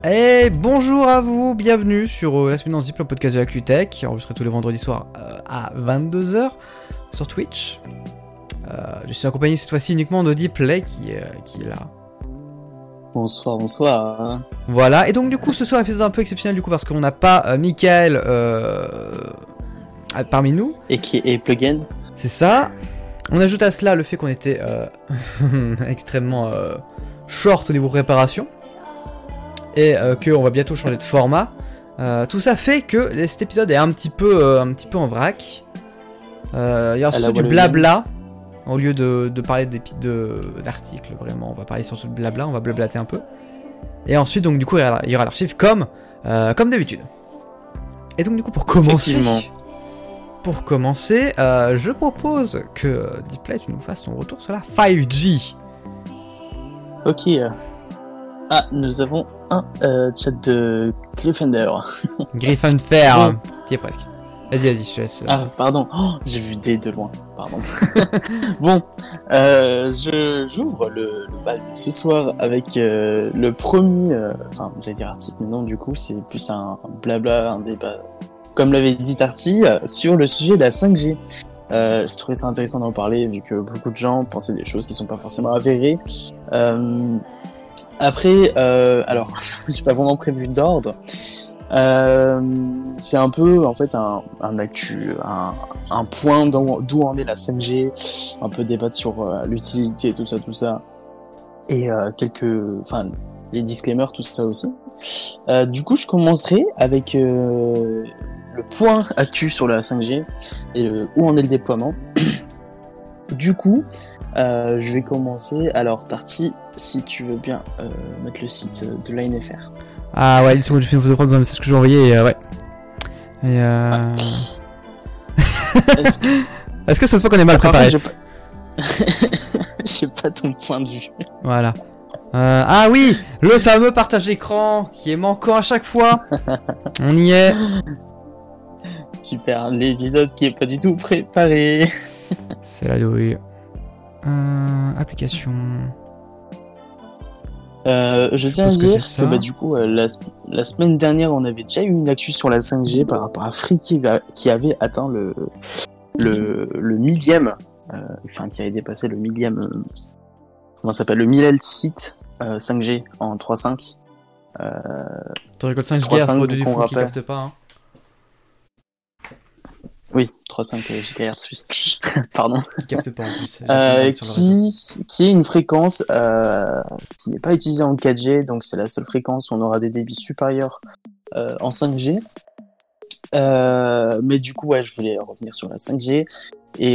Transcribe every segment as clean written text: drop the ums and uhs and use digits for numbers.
Et bonjour à vous, bienvenue sur La Semaine en Zip, le podcast de la QTech, enregistré tous les vendredis soirs à 22h sur Twitch. Je suis accompagné cette fois-ci uniquement de Deepplay qui est là. Bonsoir. Voilà, et donc du coup ce soir épisode un peu exceptionnel du coup parce qu'on n'a pas Michael parmi nous. Et Plugin. C'est ça. On ajoute à cela le fait qu'on était extrêmement short au niveau préparation. Et qu'on va bientôt changer de format. Tout ça fait que cet épisode est un petit peu en vrac. Il y aura surtout du blabla au lieu de parler d'articles. Vraiment, on va parler surtout de blabla, on va blablater un peu. Et ensuite, donc du coup, il y aura l'archive comme d'habitude. Et donc du coup, pour commencer, je propose que Deepplay, tu nous fasses ton retour sur la 5G. Ok. Nous avons un chat de Gryffindor. Gryffindor, qui est presque. Vas-y, je te laisse. Ah, pardon. Oh, j'ai vu D de loin. Pardon. Bon, j'ouvre le bal de ce soir avec le premier, j'allais dire article, mais non, du coup, c'est plus un blabla, un débat, comme l'avait dit Tarty, sur le sujet de la 5G. Je trouvais ça intéressant d'en parler, vu que beaucoup de gens pensaient des choses qui sont pas forcément avérées. Après, alors, j'ai pas vraiment prévu d'ordre. C'est un peu, en fait, un actu, un point d'où en est la 5G, un peu débattre sur l'utilité, tout ça. Et les disclaimers, tout ça aussi. Du coup, je commencerai avec le point actu sur la 5G et où en est le déploiement. Du coup, je vais commencer. Alors, Tarty, si tu veux bien mettre le site de l'ANFR. Ah ouais, une seconde, je fais une photo prendre un message que je vais envoyer et ouais. Et Est-ce que ça se voit qu'on est mal préparé? J'ai pas ton point de vue. Voilà. Ah oui, le fameux partage d'écran qui est manquant à chaque fois. On y est. Super, l'épisode qui est pas du tout préparé. C'est la douille. Application. Je tiens à dire que du coup, la semaine dernière, on avait déjà eu une actu sur la 5G par rapport à Free qui avait atteint le millième, qui avait dépassé le millième, comment ça s'appelle, le millième site 5G en 3.5. T'en récoltes 5 GHz pour du fond qui capte pas, hein. Oui, 3.5 GHz, oui. Pardon. Qui capte pas en plus. Qui est une fréquence qui n'est pas utilisée en 4G, donc c'est la seule fréquence où on aura des débits supérieurs en 5G. Mais du coup, ouais, je voulais revenir sur la 5G. Et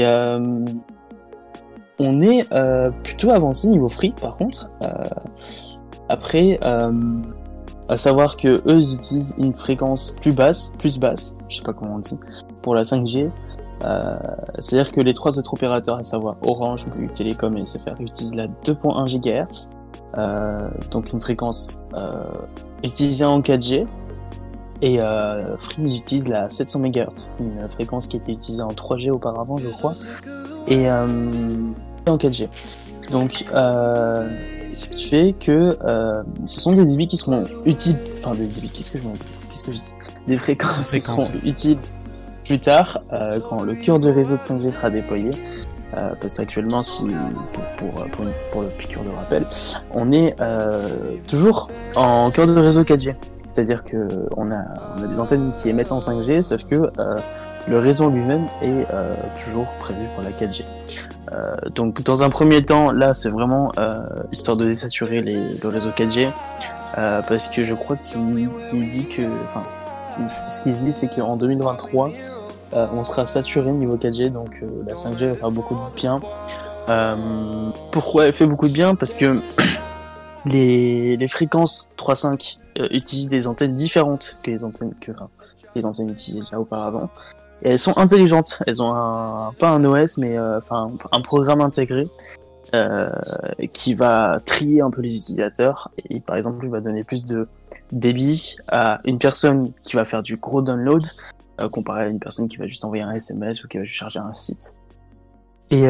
on est plutôt avancé niveau free, par contre. Après, à savoir que eux, ils utilisent une fréquence plus basse, je sais pas comment on dit, pour la 5G. C'est-à-dire que les trois autres opérateurs, à savoir Orange, Bouygues Télécom et SFR, utilisent la 2.1 GHz, donc une fréquence utilisée en 4G. Et Free, ils utilisent la 700 MHz, une fréquence qui était utilisée en 3G auparavant, je crois, et en 4G. Donc, ce qui fait que ce sont des débits qui seront utiles, des fréquences qui seront utiles plus tard, quand le cœur de réseau de 5G sera déployé, parce qu'actuellement, pour le piqûre de rappel, on est toujours en cœur de réseau 4G. C'est-à-dire que on a des antennes qui émettent en 5G, sauf que le réseau lui-même est toujours prévu pour la 4G. Donc dans un premier temps, là c'est vraiment histoire de désaturer le réseau 4G, parce que je crois qu'il dit que, ce qui se dit c'est qu'en 2023 on sera saturé niveau 4G, donc la 5G va faire beaucoup de bien. Pourquoi elle fait beaucoup de bien? Parce que les fréquences 3.5 utilisent des antennes différentes que les antennes utilisées déjà auparavant. Et elles sont intelligentes. Elles ont pas un OS, mais un programme intégré qui va trier un peu les utilisateurs. Et par exemple, il va donner plus de débit à une personne qui va faire du gros download comparé à une personne qui va juste envoyer un SMS ou qui va juste charger un site. Et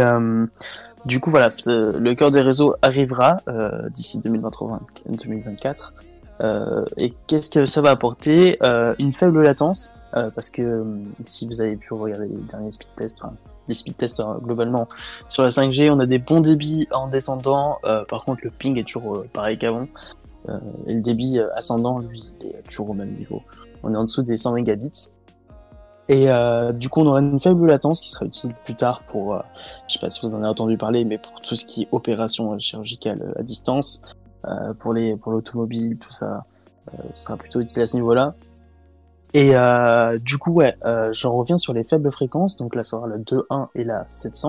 du coup, voilà, le cœur des réseaux arrivera d'ici 2023-2024. Et qu'est-ce que ça va apporter? Une faible latence, parce que si vous avez pu regarder les derniers speed tests, les speed tests globalement sur la 5G, on a des bons débits en descendant, par contre le ping est toujours pareil qu'avant, et le débit ascendant, lui, il est toujours au même niveau. On est en dessous des 100 mégabits. Et du coup, on aura une faible latence qui sera utile plus tard pour, je sais pas si vous en avez entendu parler, mais pour tout ce qui est opération chirurgicale à distance, pour l'automobile, tout ça, ce sera plutôt utile à ce niveau-là. Et du coup, j'en reviens sur les faibles fréquences, donc là, ça sera la 2.1 et la 700,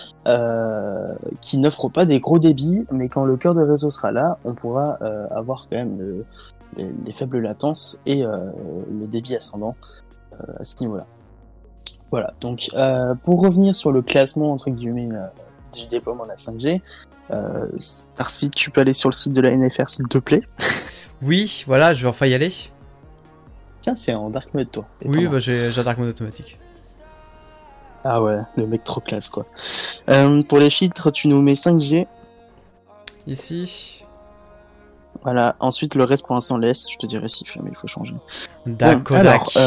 qui n'offrent pas des gros débits, mais quand le cœur de réseau sera là, on pourra avoir quand même les faibles latences et le débit ascendant à ce niveau-là. Voilà, donc pour revenir sur le classement entre guillemets du déploiement de la 5G, Starcy, tu peux aller sur le site de la NFR s'il te plaît. Oui, voilà, je vais enfin y aller. Tiens, c'est en dark mode toi. Oui, bah j'ai un dark mode automatique. Ah ouais, le mec trop classe quoi. Pour les filtres, tu nous mets 5G. Ici. Voilà, ensuite le reste pour l'instant laisse, je te dirai si jamais il faut changer. D'accord. Bon,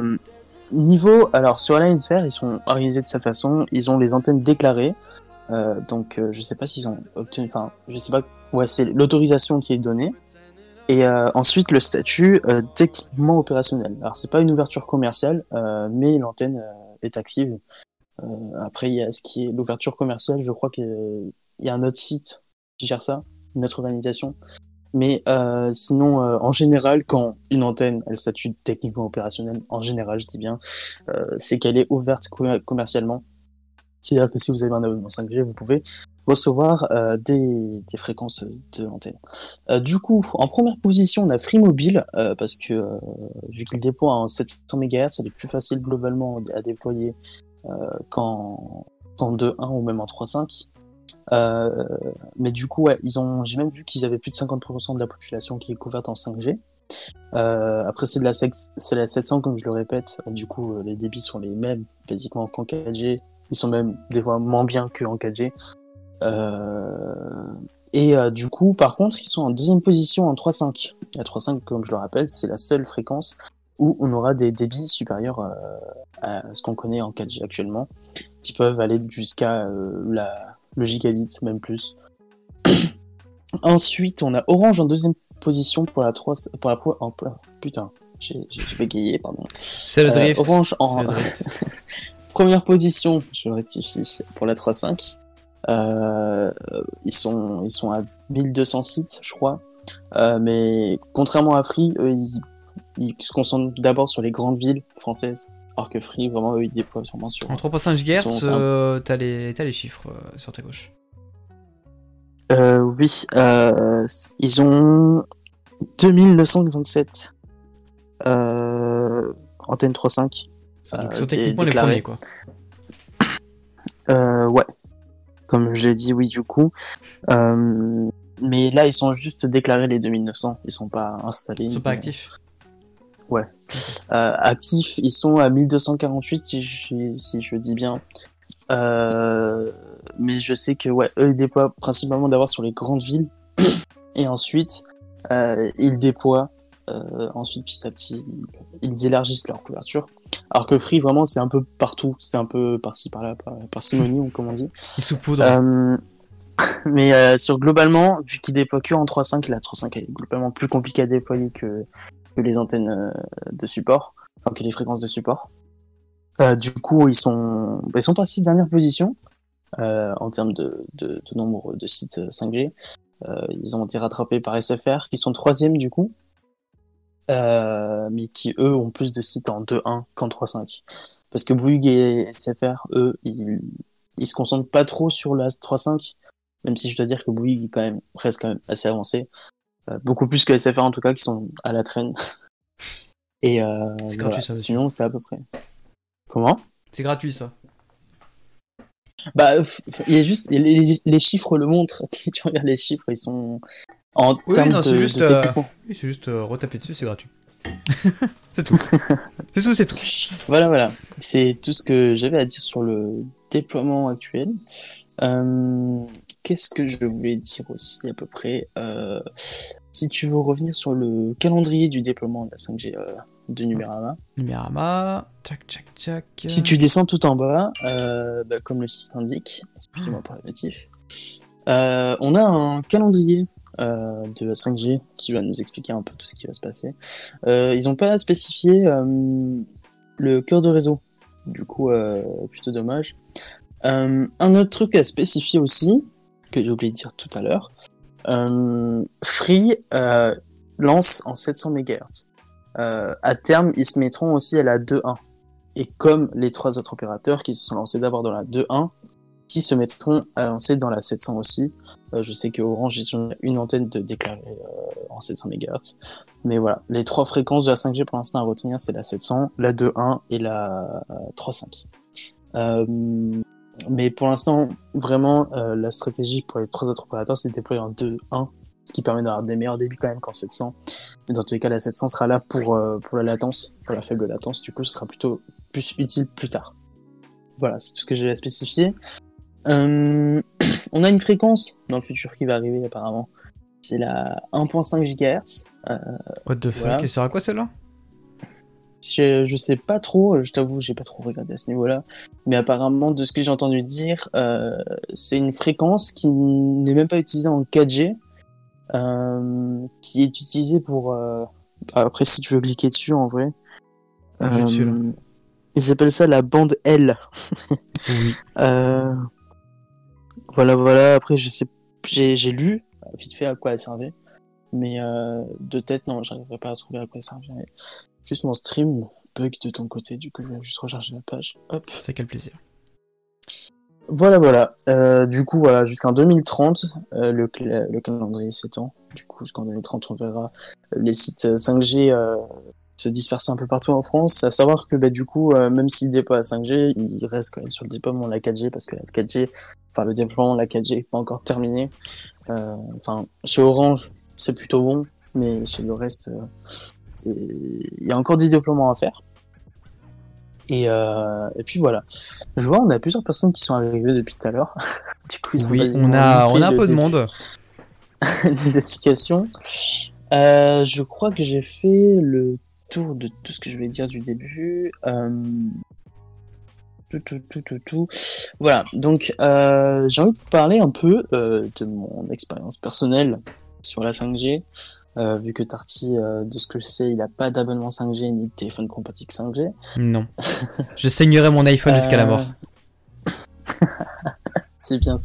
alors sur la NFR, ils sont organisés de cette façon, ils ont les antennes déclarées, donc je sais pas s'ils ont obtenu, enfin je sais pas, ouais c'est l'autorisation qui est donnée, et ensuite le statut techniquement opérationnel. Alors c'est pas une ouverture commerciale, mais l'antenne est active. Après il y a ce qui est l'ouverture commerciale, je crois qu'il y a un autre site qui gère ça, une autre organisation. Mais sinon, en général, quand une antenne elle statue techniquement opérationnelle, en général, je dis bien, c'est qu'elle est ouverte commercialement. C'est-à-dire que si vous avez un abonnement 5G, vous pouvez recevoir des fréquences de l'antenne. Du coup, en première position, on a Free Mobile, parce que vu qu'il déploie en 700 MHz, elle est plus facile globalement à déployer qu'en 2.1 ou même en 3.5. Mais du coup, ouais, j'ai même vu qu'ils avaient plus de 50% de la population qui est couverte en 5G. Après, c'est la 700, comme je le répète. Du coup, les débits sont les mêmes, basiquement, qu'en 4G. Ils sont même des fois moins bien qu'en 4G. Du coup, par contre, ils sont en deuxième position en 3.5. La 3.5, comme je le rappelle, c'est la seule fréquence où on aura des débits supérieurs à ce qu'on connaît en 4G actuellement, qui peuvent aller jusqu'à le gigabit, même plus. Ensuite, on a Orange en deuxième position pour la 3... putain, j'ai bégayé, pardon. C'est le drift. Orange en première position, je rectifie, pour la 3.5. Ils sont à 1200 sites, je crois. Mais contrairement à Free, eux, ils se concentrent d'abord sur les grandes villes françaises. Alors que Free, vraiment, eux, ils déploient vraiment sur... En 3.5 GHz, t'as les chiffres sur ta gauche. Oui, ils ont 2927 antennes 3.5. Donc, sont techniquement les premiers, quoi. Ouais, comme je l'ai dit, oui, du coup. Mais là, ils sont juste déclarés les 2900, ils sont pas installés. Ils sont pas actifs. Ouais. Actifs, ils sont à 1248, si je dis bien. Mais je sais que ouais, eux ils déploient principalement d'abord sur les grandes villes et ensuite ils déploient ensuite petit à petit ils élargissent leur couverture. Alors que Free vraiment c'est un peu partout, c'est un peu par-ci par-là, par simonie comme on dit. Ils saupoudrent. Mais sur globalement, vu qu'ils déploient que en 3.5, la 3.5 est globalement plus compliquée à déployer que les antennes de support, enfin que les fréquences de support. Du coup, ils sont passés dernière position en termes de nombre de sites 5G. Ils ont été rattrapés par SFR, qui sont troisième du coup, mais qui eux ont plus de sites en 2.1 qu'en 3.5. Parce que Bouygues et SFR, eux, ils se concentrent pas trop sur la 3.5, même si je dois dire que Bouygues reste quand même assez avancé. Beaucoup plus que SFR en tout cas, qui sont à la traîne. Et c'est gratuit ça. Sinon, c'est à peu près. Comment ? C'est gratuit ça. Bah, il y a juste les chiffres le montrent. Si tu regardes les chiffres, ils sont en termes c'est de techniquement. Oui, c'est juste retaper dessus, c'est gratuit. C'est tout. c'est tout. Voilà. C'est tout ce que j'avais à dire sur le déploiement actuel. Qu'est-ce que je voulais dire aussi à peu près si tu veux revenir sur le calendrier du déploiement de la 5G de Numérama. Numérama, tchac. Si tu descends tout en bas, comme le site indique, excusez-moi pour la motif, on a un calendrier de la 5G qui va nous expliquer un peu tout ce qui va se passer. Ils n'ont pas spécifié le cœur de réseau, du coup, plutôt dommage. Un autre truc à spécifier aussi, que j'ai oublié de dire tout à l'heure, Free lance en 700 MHz. À terme, ils se mettront aussi à la 2.1. Et comme les 3 autres opérateurs qui se sont lancés d'abord dans la 2.1, qui se mettront à lancer dans la 700 aussi. Je sais que Orange est une antenne de déclarée en 700 MHz. Mais voilà, les 3 fréquences de la 5G pour l'instant à retenir, c'est la 700, la 2.1 et la 3.5. Mais pour l'instant, vraiment, la stratégie pour les 3 autres opérateurs, c'est de déployer en 2.1, ce qui permet d'avoir des meilleurs débits quand même qu'en 700. Mais dans tous les cas, la 700 sera là pour la latence, pour la faible latence. Du coup, ce sera plutôt plus utile plus tard. Voilà, c'est tout ce que j'ai à spécifier. On a une fréquence dans le futur qui va arriver apparemment. C'est la 1.5 GHz. What the fuck, voilà. Et ça sert à quoi celle-là? Je sais pas trop, je t'avoue, j'ai pas trop regardé à ce niveau-là. Mais apparemment, de ce que j'ai entendu dire, c'est une fréquence qui n'est même pas utilisée en 4G, qui est utilisée pour... Après, si tu veux cliquer dessus, en vrai... ils appellent ça la bande L. Oui. Voilà, après, je sais... J'ai lu, vite fait, à quoi elle servait. Mais de tête, non, j'arriverai pas à trouver à quoi elle servait. Juste mon stream bug de ton côté, du coup je vais juste recharger la page. Hop. C'est quel plaisir. Voilà. Du coup, voilà, jusqu'en 2030, le calendrier s'étend. Du coup, jusqu'en 2030, on verra les sites 5G se disperser un peu partout en France. À savoir que, du coup, même s'ils déploient la 5G, ils restent quand même sur le déploiement de la 4G, parce que la 4G, le déploiement de la 4G n'est pas encore terminé. Chez Orange, c'est plutôt bon, mais chez le reste... il y a encore 10 déploiements à faire. Et puis voilà. Je vois, on a plusieurs personnes qui sont arrivées depuis tout à l'heure. Du coup, on a un peu de monde. Des explications. Je crois que j'ai fait le tour de tout ce que je vais dire du début. Tout. Voilà, donc j'ai envie de parler un peu de mon expérience personnelle sur la 5G. Vu que Tarty, de ce que je sais, il a pas d'abonnement 5G ni de téléphone compatible 5G. Non. Je saignerai mon iPhone jusqu'à la mort. C'est bien.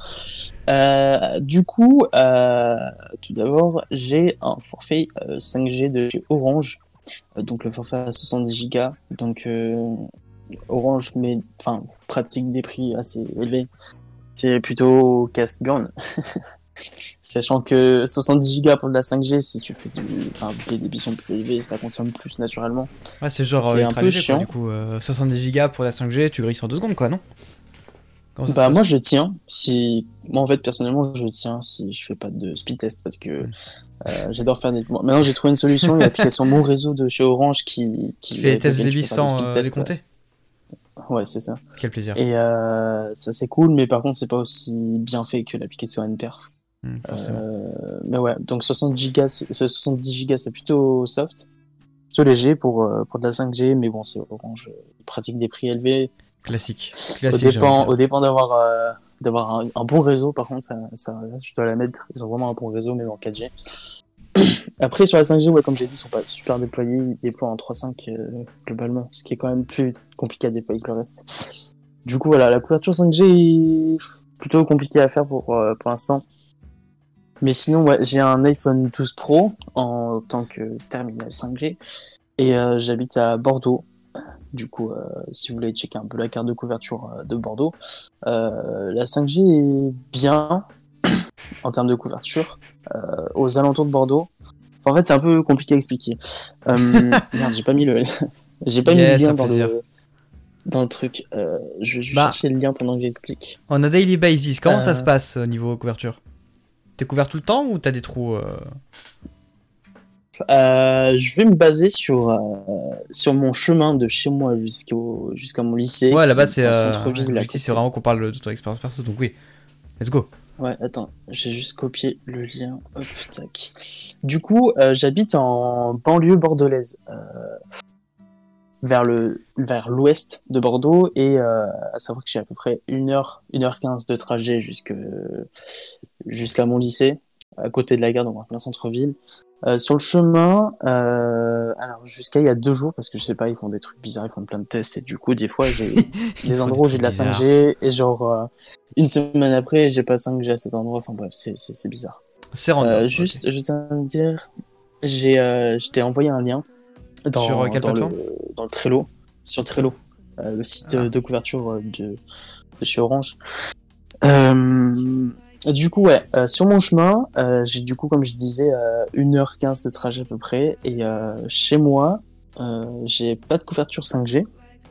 Du coup, tout d'abord, j'ai un forfait 5G de chez Orange. Donc le forfait à 70 Go. Donc Orange pratique des prix assez élevés. C'est plutôt casse-burn. Sachant que 70 Go pour de la 5G, si tu fais des débits sont plus élevés, ça consomme plus naturellement. Ouais, c'est genre c'est ultra un peu léger, chiant. quoi, du coup. 70 Go pour la 5G, tu grilles en 2 secondes, quoi, non? Moi, je tiens. Moi, en fait, personnellement, je tiens si je fais pas de speed test parce que j'adore faire des. Maintenant, j'ai trouvé une solution, l'application Mon Réseau de chez Orange qui fait test débit sans décompter. Ouais, c'est ça. Quel plaisir. Et ça, c'est cool, mais par contre, c'est pas aussi bien fait que l'application NPerf. Forcément. Mais ouais, donc 70 Go, c'est plutôt soft, plutôt léger pour de la 5G, mais bon, c'est Orange, ils pratiquent des prix élevés. Classique. Au dépend d'avoir un bon réseau, par contre, ça, je dois la mettre, ils ont vraiment un bon réseau, même en 4G. Après, sur la 5G, ouais, comme j'ai dit, ils sont pas super déployés, ils déploient en 3.5 globalement, ce qui est quand même plus compliqué à déployer que le reste. Du coup, voilà, la couverture 5G est plutôt compliquée à faire pour l'instant. Mais sinon, ouais, j'ai un iPhone 12 Pro en tant que terminal 5G et j'habite à Bordeaux. Du coup, si vous voulez checker un peu la carte de couverture de Bordeaux, la 5G est bien en termes de couverture aux alentours de Bordeaux. Enfin, en fait, c'est un peu compliqué à expliquer. Merde, j'ai pas mis le lien dans le truc. Je vais chercher le lien pendant que j'explique. On a daily basis. Comment ça se passe au niveau couverture? T'es couvert tout le temps ou t'as des trous Je vais me baser sur mon chemin de chez moi jusqu'à mon lycée. Ouais, là-bas c'est centre-ville. c'est vraiment qu'on parle de ton expérience perso, donc oui. Let's go. Ouais, attends, j'ai juste copié le lien. Hop, tac. Du coup, j'habite en banlieue bordelaise, vers l'ouest de Bordeaux, et à savoir que j'ai à peu près 1h15 de trajet jusqu'à mon lycée, à côté de la gare, donc en plein centre-ville. Sur le chemin, alors jusqu'à il y a 2 jours, parce que je sais pas, ils font des trucs bizarres, ils font plein de tests, et du coup, des fois, j'ai des endroits où j'ai de la 5G, et genre, une semaine après, j'ai pas de 5G à cet endroit, enfin bref, c'est bizarre. C'est random. Juste, je tiens à dire, je t'ai envoyé un lien Sur quelle plateforme? dans le Trello, sur Trello, le site de couverture de chez Orange. Du coup, ouais, sur mon chemin, j'ai du coup, comme je disais, 1h15 de trajet à peu près, et chez moi, j'ai pas de couverture 5G.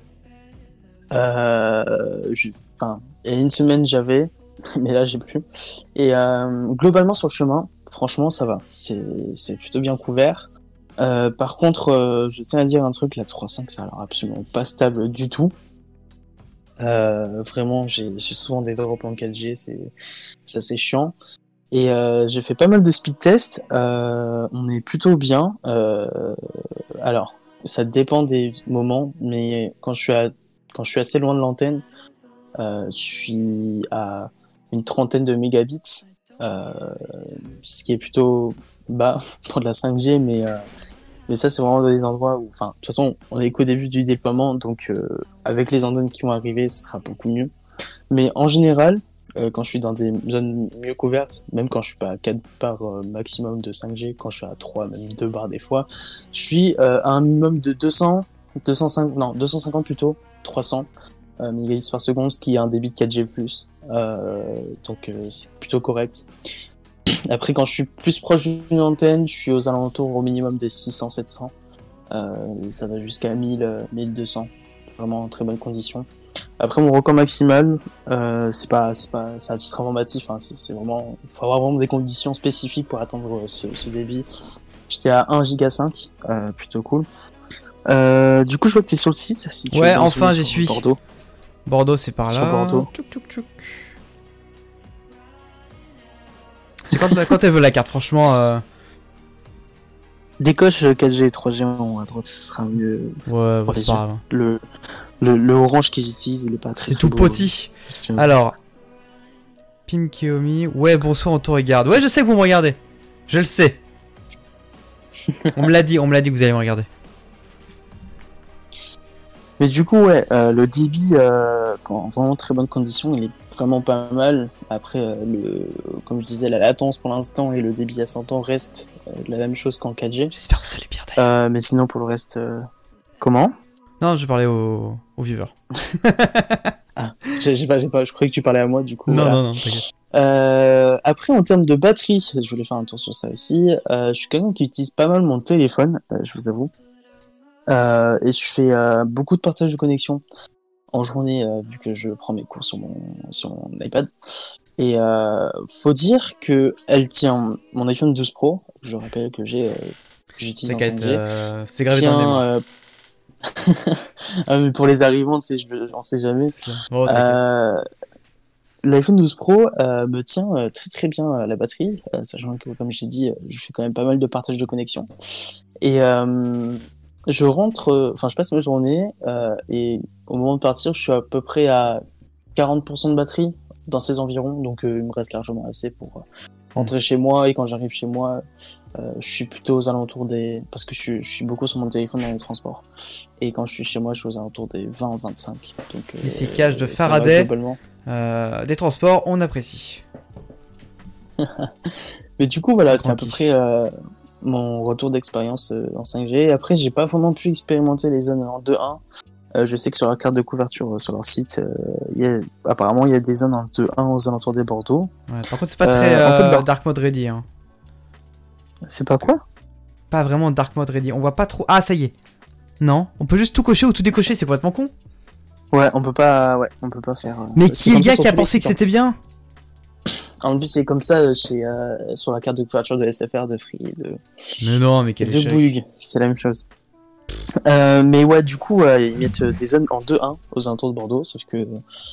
Enfin, il y a une semaine j'avais, mais là j'ai plus. Et globalement sur le chemin, franchement ça va, c'est plutôt bien couvert. Par contre, je tiens à dire un truc, la 3.5 ça a l'air absolument pas stable du tout. Vraiment, j'ai souvent des drops en 4G, c'est chiant. Et j'ai fait pas mal de speed tests. On est plutôt bien. Alors, ça dépend des moments, mais quand je suis assez loin de l'antenne, je suis à une trentaine de mégabits, ce qui est plutôt bas pour de la 5G, mais ça c'est vraiment dans des endroits où, enfin, de toute façon, on est qu'au début du déploiement, donc avec les antennes qui vont arriver, ce sera beaucoup mieux. Mais en général, quand je suis dans des zones mieux couvertes, même quand je suis pas à 4 bars maximum de 5G, quand je suis à 3, même 2 bars des fois, je suis à un minimum de 250 plutôt, 300 mégabits par seconde, ce qui est un débit de 4G+. Donc c'est plutôt correct. Après, quand je suis plus proche d'une antenne, je suis aux alentours au minimum des 600-700. Ça va jusqu'à 1000-1200. Vraiment en très bonne condition. Après, mon record maximal, c'est à titre informatif. Hein, c'est vraiment, il faut avoir vraiment des conditions spécifiques pour atteindre ce débit. J'étais à 1 giga 5, plutôt cool. Du coup, je vois que t'es sur le site. Si tu Ouais, enfin, j'y suis. Bordeaux. Bordeaux, c'est par là. Sur Bordeaux. Tchouk, tchouk, tchouk. C'est quand elle veut la carte, franchement. Décoche 4G et 3G en à droite, ce sera mieux. Ouais, c'est pas grave. Le orange qu'ils utilisent, il est pas très. C'est tout beau, petit. Alors, Pim Keomi. Ouais, bonsoir, on te regarde. Ouais, je sais que vous me regardez. Je le sais. on me l'a dit que vous allez me regarder. Mais du coup, ouais, le débit, en vraiment très bonne condition, il est vraiment pas mal. Après, comme je disais, la latence pour l'instant et le débit à 100 ans reste la même chose qu'en 4G. J'espère que vous allez bien d'ailleurs. Mais sinon, pour le reste, comment ? Non, je parlais aux viewers. Ah, je croyais que tu parlais à moi, du coup. Non, voilà. non, t'inquiète. Après, en termes de batterie, je voulais faire un tour sur ça aussi. Je suis quelqu'un qui utilise pas mal mon téléphone, je vous avoue. Et je fais beaucoup de partage de connexion en journée, vu que je prends mes cours sur mon iPad. Et faut dire que elle tient mon iPhone 12 Pro, je rappelle que j'utilise en 5G. C'est gravé dans le mémoire. Ah, mais pour les arrivants, j'en sais jamais. Oh, L'iPhone 12 Pro me tient très très bien la batterie, sachant que, comme j'ai dit, je fais quand même pas mal de partage de connexion. Et je passe ma journée et au moment de partir, je suis à peu près à 40% de batterie dans ces environs, donc il me reste largement assez pour rentrer chez moi. Et quand j'arrive chez moi, je suis plutôt aux alentours parce que je suis beaucoup sur mon téléphone dans les transports. Et quand je suis chez moi, je suis aux alentours des 20-25. Donc efficace de Faraday, des transports, on apprécie. Mais du coup, voilà, c'est à peu près mon retour d'expérience en 5G. Après, j'ai pas vraiment pu expérimenter les zones en 2.1. Je sais que sur la carte de couverture sur leur site, apparemment il y a des zones en 2.1 aux alentours des Bordeaux. Ouais, par contre, c'est pas très Dark Mode Ready. Hein. C'est pas quoi ? Pas vraiment Dark Mode Ready. On voit pas trop. Ah, ça y est. Non, on peut juste tout cocher ou tout décocher, c'est complètement con. Ouais, on peut pas faire. Mais qui est le gars qui a pensé que c'était bien ? En plus, c'est comme ça sur la carte de couverture de SFR, de Free, Mais non, mais quel de Bouygues, c'est la même chose. Mais ouais, du coup, ils mettent des zones en 2.1 aux alentours de Bordeaux, sauf que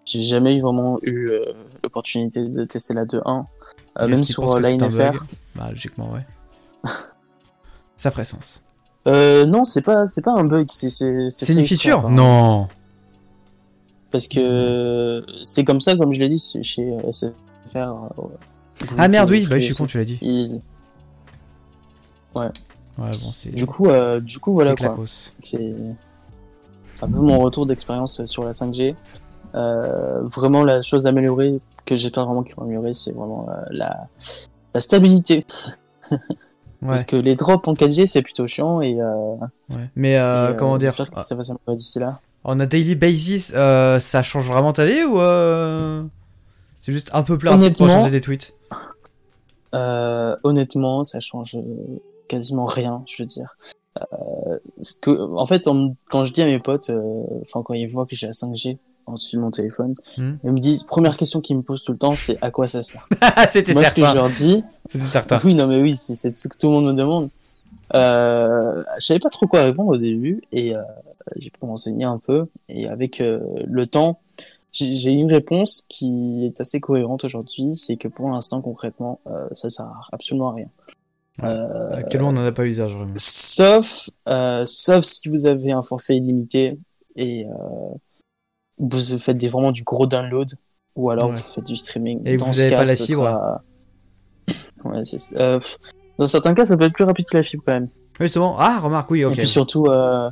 j'ai jamais vraiment eu l'opportunité de tester la 2.1. Même sur l'ANFR. Bah, logiquement, ouais. Ça ferait sens. Non, c'est pas un bug, c'est une feature. Non. Parce que c'est comme ça, comme je l'ai dit, chez SFR. Ah merde, oui, bah, je suis con, tu l'as dit. Ouais. Ouais, bon, c'est. Du coup, voilà quoi. C'est un peu mon retour d'expérience sur la 5G. Vraiment, la chose améliorée, que j'espère vraiment qu'ils vont améliorer, c'est vraiment la stabilité. Ouais. Parce que les drops en 4G, c'est plutôt chiant et. Ouais. Mais comment dire, j'espère que ça va s'améliorer d'ici là. En a daily basis, ça change vraiment ta vie ou c'est juste un peu plus rapide pour changer des tweets? Honnêtement, ça change quasiment rien, je veux dire. En fait, quand je dis à mes potes, quand ils voient que j'ai la 5G en-dessus de mon téléphone, ils me disent, première question qu'ils me posent tout le temps, c'est à quoi ça sert? C'était Moi, certain. Ce que je leur dis, c'était certain. Oui, non, mais oui, c'est ce que tout le monde me demande. Je savais pas trop quoi répondre au début et j'ai pu m'enseigner un peu. Et avec le temps, j'ai une réponse qui est assez cohérente aujourd'hui. C'est que pour l'instant, concrètement, ça sert absolument à rien. Actuellement, on n'en a pas usage vraiment. Sauf si vous avez un forfait illimité et vous faites vraiment du gros download ou alors vous faites du streaming. Et dans vous ce n'avez cas, pas la fibre. Ouais, dans certains cas, ça peut être plus rapide que la fibre quand même. Oui, c'est bon. Ah, remarque, oui, ok. Et puis surtout, en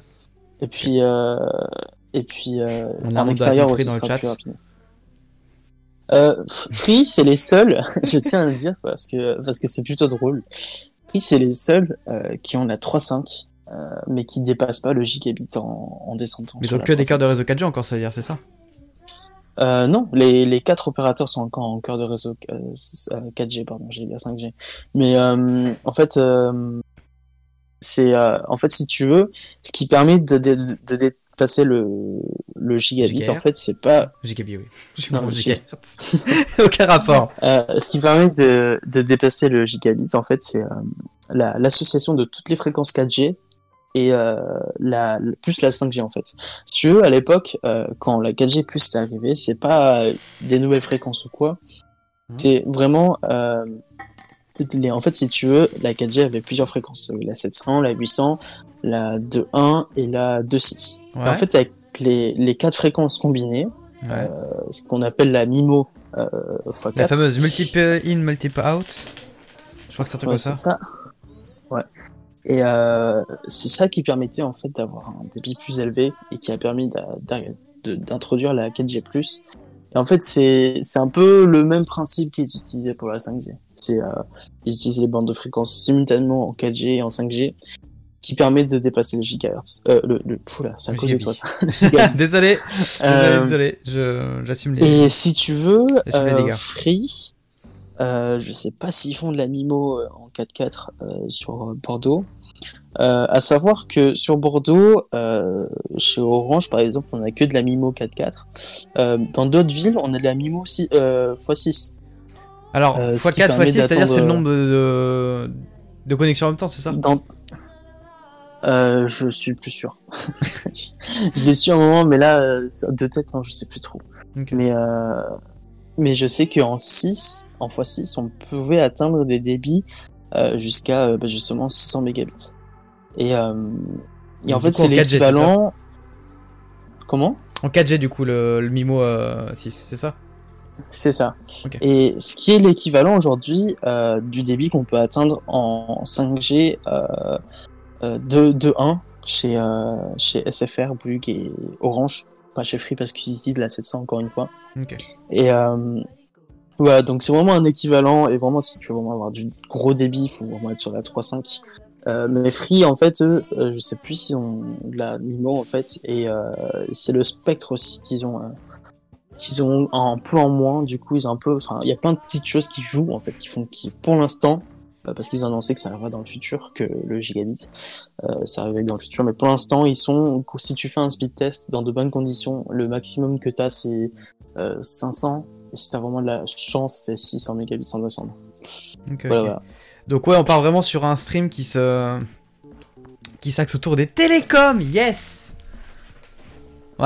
extérieur aussi, ça sera plus rapide. Free, c'est les seuls, je tiens à le dire parce que c'est plutôt drôle. Free, c'est les seuls qui ont la 3.5, mais qui dépassent pas le gigabit en descendant. Mais donc que des cœurs de réseau 4G encore, ça veut dire, c'est ça? Non, les 4 opérateurs sont encore en cœur de réseau 4G, pardon, j'ai dit 5G. Mais en fait, si tu veux, ce qui permet de dépasser le gigabit, en fait, c'est pas... Gigabit, oui. Non, gigabit. Aucun rapport. Ce qui permet de dépasser le gigabit, en fait, c'est l'association de toutes les fréquences 4G et plus la 5G en fait. Si tu veux, à l'époque, quand la 4G plus est arrivée, c'est pas des nouvelles fréquences ou quoi. C'est vraiment en fait, si tu veux, la 4G avait plusieurs fréquences, la 700, la 800, la 2.1 et la 2.6. Ouais. En fait, avec les 4 fréquences combinées, ce qu'on appelle la MIMO x4. La fameuse multiple in, multiple out. Je crois que c'est un truc comme ça. C'est ça. Ouais. Et c'est ça qui permettait en fait d'avoir un débit plus élevé et qui a permis d'introduire la 4G+. Et en fait, c'est un peu le même principe qui est utilisé pour la 5G. Ils utilisent les bandes de fréquences simultanément en 4G et en 5G, qui permet de dépasser le gigahertz. Oula, c'est à cause de toi ça. Désolé, j'assume les. Et si tu veux, Free, je sais pas s'ils font de la MIMO en 4.4 sur Bordeaux. À savoir que sur Bordeaux, chez Orange par exemple, on a que de la MIMO 4.4. Dans d'autres villes, on a de la MIMO x6. Alors, x4, x6, c'est-à-dire c'est le nombre de connexions en même temps, c'est ça? Je suis plus sûr. Je l'ai su à un moment, mais là, de tête, non, je sais plus trop. Okay. Mais je sais qu'en x6, on pouvait atteindre des débits jusqu'à justement 600 mégabits. Et en fait, c'est l'équivalent. Comment? En 4G, du coup, le MIMO 6, c'est ça? C'est ça. Okay. Et ce qui est l'équivalent aujourd'hui du débit qu'on peut atteindre en 5G 2.1 chez SFR, Bouygues et Orange. Pas chez Free parce qu'ils utilisent la 700 encore une fois. Okay. Et voilà, donc c'est vraiment un équivalent. Et vraiment, si tu veux vraiment avoir du gros débit, il faut vraiment être sur la 3.5. Mais Free, en fait, eux, je sais plus s'ils ont de la MIMO en fait. Et c'est le spectre aussi qu'ils ont un peu en moins. Du coup, ils ont un peu. Enfin, il y a plein de petites choses qui jouent en fait, qui pour l'instant. Parce qu'ils ont annoncé que ça arrivera dans le futur, que le gigabit, ça arriverait dans le futur. Mais pour l'instant, si tu fais un speed test dans de bonnes conditions, le maximum que t'as, c'est 500. Et si t'as vraiment de la chance, c'est 600 mégabits sans descendre. Okay. Voilà. Donc ouais, on part vraiment sur un stream qui s'axe autour des télécoms, yes. Voilà.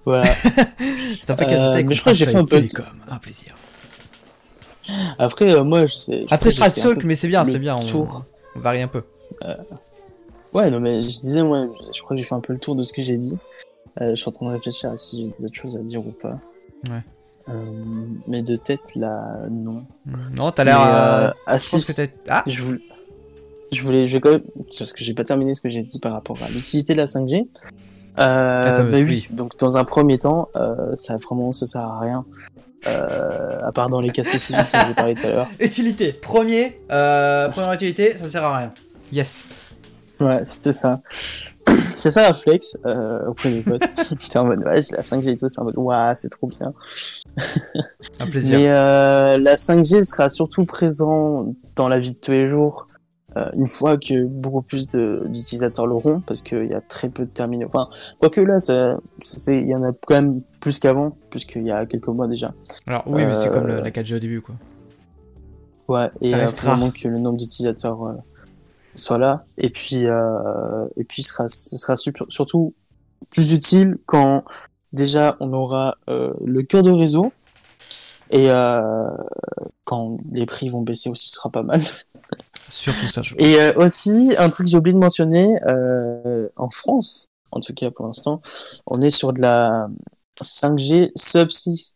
Voilà. C'est un peu quasi mais je crois que j'ai fait un peu télécom, un plaisir. Après, moi, je sais. Après, je trash talk, mais c'est bien, tour. On varie un peu. Ouais, non, mais je disais, moi, je crois que j'ai fait un peu le tour de ce que j'ai dit. Je suis en train de réfléchir à si j'ai d'autres choses à dire ou pas. Ouais. Mais de tête, là, non. Non, t'as l'air. Je pense que t'as. Ah je vais quand même. Parce que j'ai pas terminé ce que j'ai dit par rapport à l'utilité de la 5G. fameuse, oui. Donc, dans un premier temps, ça sert à rien. À part dans les cas spécifiques dont j'ai parlé tout à l'heure. Utilité. Première utilité, ça sert à rien. Yes. Ouais, c'était ça. C'est ça la flex auprès des potes. T'es en mode, ouais, j'ai la 5G et tout, c'est en mode, waouh, c'est trop bien. Un plaisir. Mais la 5G sera surtout présent dans la vie de tous les jours une fois que beaucoup plus d'utilisateurs l'auront, parce qu'il y a très peu de terminaux. Enfin, quoique là, il y en a quand même plus qu'avant, puisqu'il y a quelques mois déjà. Alors oui, mais c'est comme la 4G au début, quoi. Ouais, et ça reste rare. vraiment que le nombre d'utilisateurs soit là. Et puis ce sera surtout plus utile quand déjà on aura le cœur de réseau, et quand les prix vont baisser aussi, ce sera pas mal. Surtout ça, je pense. Et aussi, un truc que j'ai oublié de mentionner, en France, en tout cas pour l'instant, on est sur de la 5G sub-6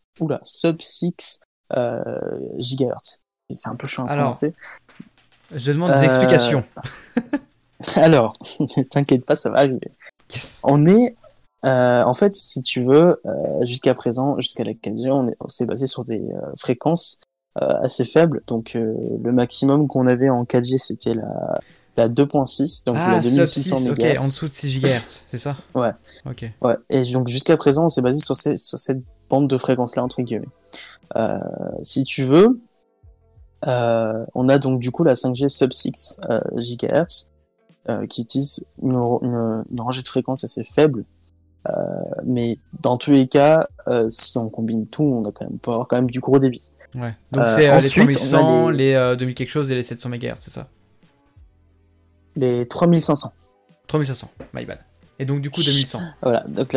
GHz. C'est un peu chiant à prononcer. Je demande des explications. Alors, t'inquiète pas, ça va arriver. Yes. On est, en fait, si tu veux, jusqu'à présent, jusqu'à la 4G, on s'est basé sur des fréquences assez faibles. Donc, le maximum qu'on avait en 4G, c'était la 2.6, donc la 2600 MHz. Ok, en dessous de 6 GHz, c'est ça? Ouais. Ok. Ouais. Et donc, jusqu'à présent, on s'est basé sur cette bande de fréquences-là, entre guillemets. Si tu veux, on a donc du coup la 5G sub-6 GHz qui utilise une rangée de fréquences assez faible. Mais dans tous les cas, si on combine tout, on peut avoir quand même du gros débit. Ouais. Donc c'est ensuite, les 3100, les 2000 quelque chose et les 700 MHz, c'est ça? Les 3500. 3500, my bad. Et donc du coup 2100. Voilà, donc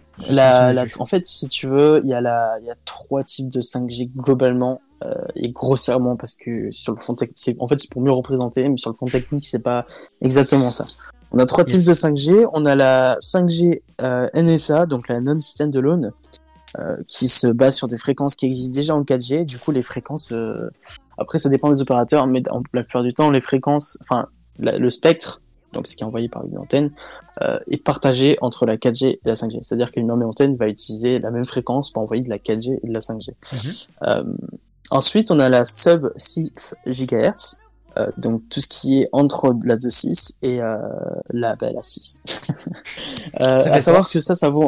en fait, si tu veux, il y a 3 types de 5G globalement, et grossièrement, parce que sur le fond technique, en fait c'est pour mieux représenter, mais sur le fond technique c'est pas exactement ça. On a 3 types de 5G. On a la 5G NSA, donc la non-standalone, qui se base sur des fréquences qui existent déjà en 4G. Du coup, les fréquences, après ça dépend des opérateurs, mais la plupart du temps, les fréquences, enfin le spectre, donc ce qui est envoyé par une antenne, est partagé entre la 4G et la 5G. C'est-à-dire qu'une même antenne va utiliser la même fréquence pour envoyer de la 4G et de la 5G. Ensuite, on a la sub-6 GHz, donc tout ce qui est entre la 2.6 et la 6. À savoir que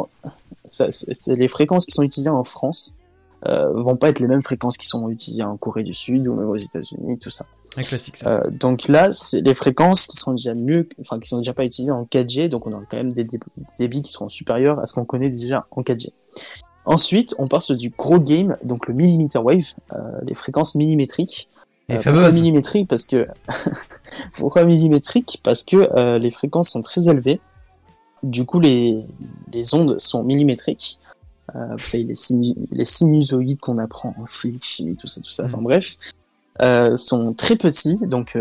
c'est les fréquences qui sont utilisées en France vont pas être les mêmes fréquences qui sont utilisées en Corée du Sud ou même aux États-Unis, tout ça. Un classique ça. Donc là, c'est les fréquences qui sont déjà qui sont déjà pas utilisées en 4G, donc on a quand même des débits qui seront supérieurs à ce qu'on connaît déjà en 4G. Ensuite, on part sur du gros game, donc le millimeter wave, les fréquences millimétriques. Pourquoi millimétrique? Parce que pourquoi millimétrique? Parce que les fréquences sont très élevées. Du coup, les ondes sont millimétriques. Vous savez, les sinusoïdes qu'on apprend en physique, chimie, tout ça. Enfin bref, sont très petits. Donc,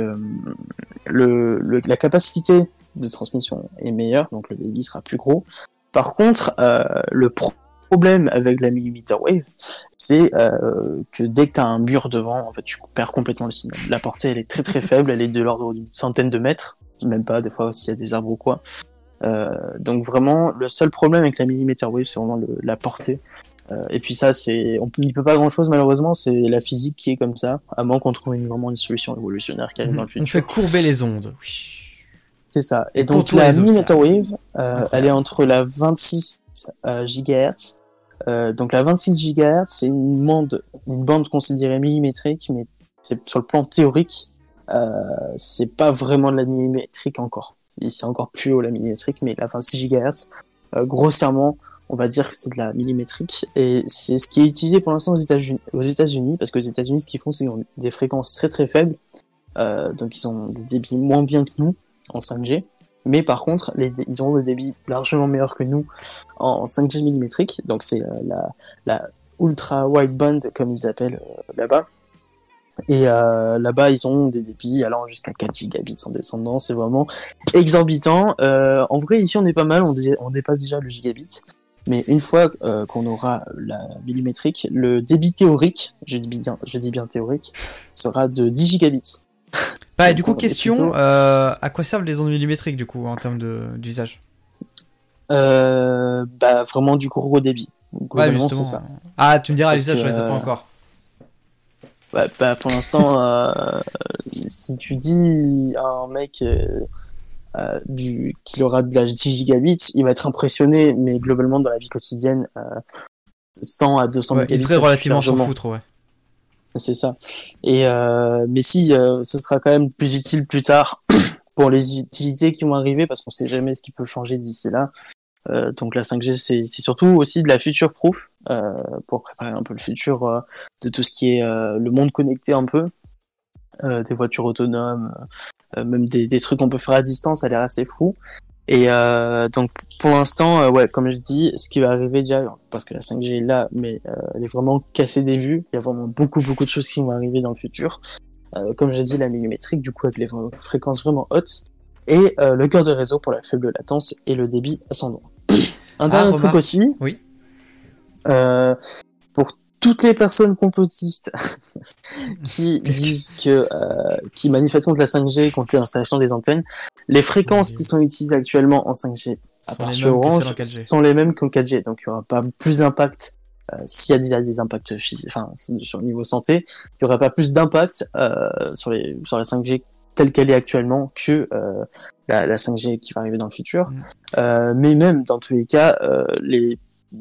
la capacité de transmission est meilleure, donc le débit sera plus gros. Par contre, le problème avec la millimeter wave, c'est que dès que tu as un mur devant, en fait, tu perds complètement le signal. La portée, elle est très très faible, elle est de l'ordre d'une centaine de mètres, même pas, des fois s'il y a des arbres ou quoi. Donc vraiment, le seul problème avec la millimeter wave, c'est vraiment la portée. Et puis ça, on n'y peut pas grand-chose malheureusement, c'est la physique qui est comme ça, à moins qu'on trouve vraiment une solution révolutionnaire qui arrive dans le futur. On fait courber les ondes. C'est ça. Et donc la millimeter wave, elle est entre la 26 GHz. Donc la 26 GHz, c'est une bande considérée millimétrique, mais c'est sur le plan théorique, c'est pas vraiment de la millimétrique encore. Et c'est encore plus haut la millimétrique, mais la 26 GHz, grossièrement, on va dire que c'est de la millimétrique, et c'est ce qui est utilisé pour l'instant aux États-Unis, parce que aux États-Unis, ce qu'ils font, c'est qu'ils ont des fréquences très très faibles, donc ils ont des débits moins bien que nous en 5G. mais par contre, ils ont des débits largement meilleurs que nous en 5G millimétrique, donc c'est la ultra wideband comme ils appellent là-bas. Et là-bas, ils ont des débits allant jusqu'à 4 gigabits en descendant, c'est vraiment exorbitant. En vrai, ici, on est pas mal, on dépasse déjà le gigabit. Mais une fois qu'on aura la millimétrique, le débit théorique, je dis bien théorique, sera de 10 gigabits. Bah, et du coup, question, à quoi servent les ondes millimétriques, du coup, en termes d'usage? Bah, vraiment du gros débit. Globalement, c'est ça. Ah, tu me diras, l'usage, je ne sais pas encore. Bah, pour l'instant, si tu dis à un mec qu'il aura de la 10 gigabits, il va être impressionné, mais globalement, dans la vie quotidienne, 100 à 200 gigabits, il devrait relativement s'en foutre, ouais. C'est ça. Et mais si, ce sera quand même plus utile plus tard pour les utilités qui vont arriver, parce qu'on sait jamais ce qui peut changer d'ici là. Donc la 5G, c'est surtout aussi de la future proof pour préparer un peu le futur de tout ce qui est le monde connecté un peu, des voitures autonomes, même des trucs qu'on peut faire à distance, ça a l'air assez fou. Et donc pour l'instant, ouais, comme je dis, ce qui va arriver déjà, parce que la 5G est là, mais elle est vraiment cassée des vues. Il y a vraiment beaucoup de choses qui vont arriver dans le futur. Comme j'ai dit, la millimétrique, du coup avec les fréquences vraiment hautes, et le cœur de réseau pour la faible latence et le débit ascendant. Un dernier truc aussi, oui. Pour toutes les personnes complotistes qui disent qui manifestent contre la 5G, contre l'installation des antennes, les fréquences qui sont utilisées actuellement en 5G à part chez Orange sont les mêmes qu'en 4G, donc il n'y aura pas plus d'impact s'il y a des impacts sur le niveau santé, il n'y aura pas plus d'impact sur la 5G telle qu'elle est actuellement que la 5G qui va arriver dans le futur. Mais même dans tous les cas, les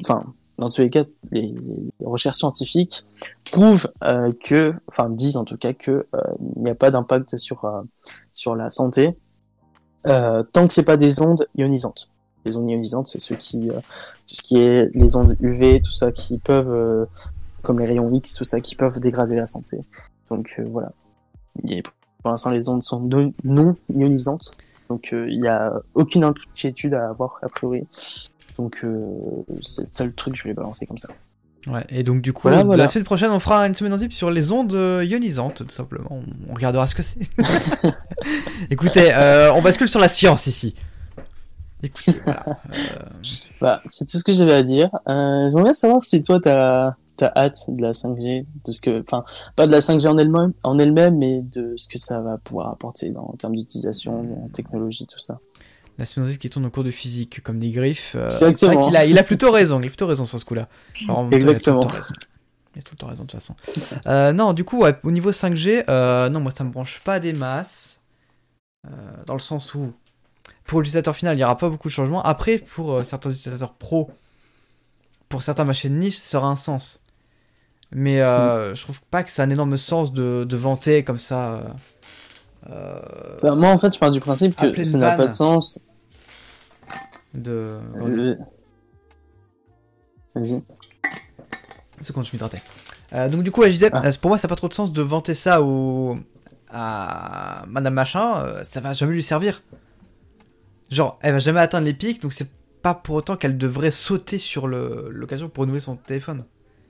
recherches scientifiques prouvent disent en tout cas que il n'y a pas d'impact sur la santé tant que c'est pas des ondes ionisantes. Les ondes ionisantes, c'est tout ce qui est les ondes UV, tout ça qui peuvent, comme les rayons X, tout ça qui peuvent dégrader la santé. Donc voilà. Pour l'instant, les ondes sont non ionisantes, donc il n'y a aucune inquiétude à avoir a priori. Donc c'est le seul truc que je voulais balancer comme ça. Ouais, et donc du coup, la semaine prochaine, on fera une semaine en zip sur les ondes ionisantes, tout simplement. On regardera ce que c'est. Écoutez, on bascule sur la science ici. Écoutez, voilà. C'est tout ce que j'avais à dire. J'aimerais bien savoir si toi, t'as hâte de la 5G, pas de la 5G en elle-même, mais de ce que ça va pouvoir apporter en termes d'utilisation, en technologie, tout ça. La semaine qui tourne au cours de physique, comme dit Griff. C'est vrai qu'il a plutôt raison. Il a plutôt raison sur ce coup-là. Exactement. Il a tout le temps raison de toute façon. Non, du coup, au niveau 5G, non, moi ça me branche pas des masses. Dans le sens où, pour l'utilisateur final, il n'y aura pas beaucoup de changements. Après, pour certains utilisateurs pro, pour certains machines niche, ça aura un sens. Mais je trouve pas que ça a un énorme sens de vanter comme ça. Moi, en fait, je pars du principe que ça n'a pas de sens. Vas-y. C'est quand je m'hydratais. Donc, du coup, je disais, pour moi, ça n'a pas trop de sens de vanter ça à Madame Machin. Ça va jamais lui servir. Genre, elle va jamais atteindre les pics, donc c'est pas pour autant qu'elle devrait sauter sur l'occasion pour renouveler son téléphone.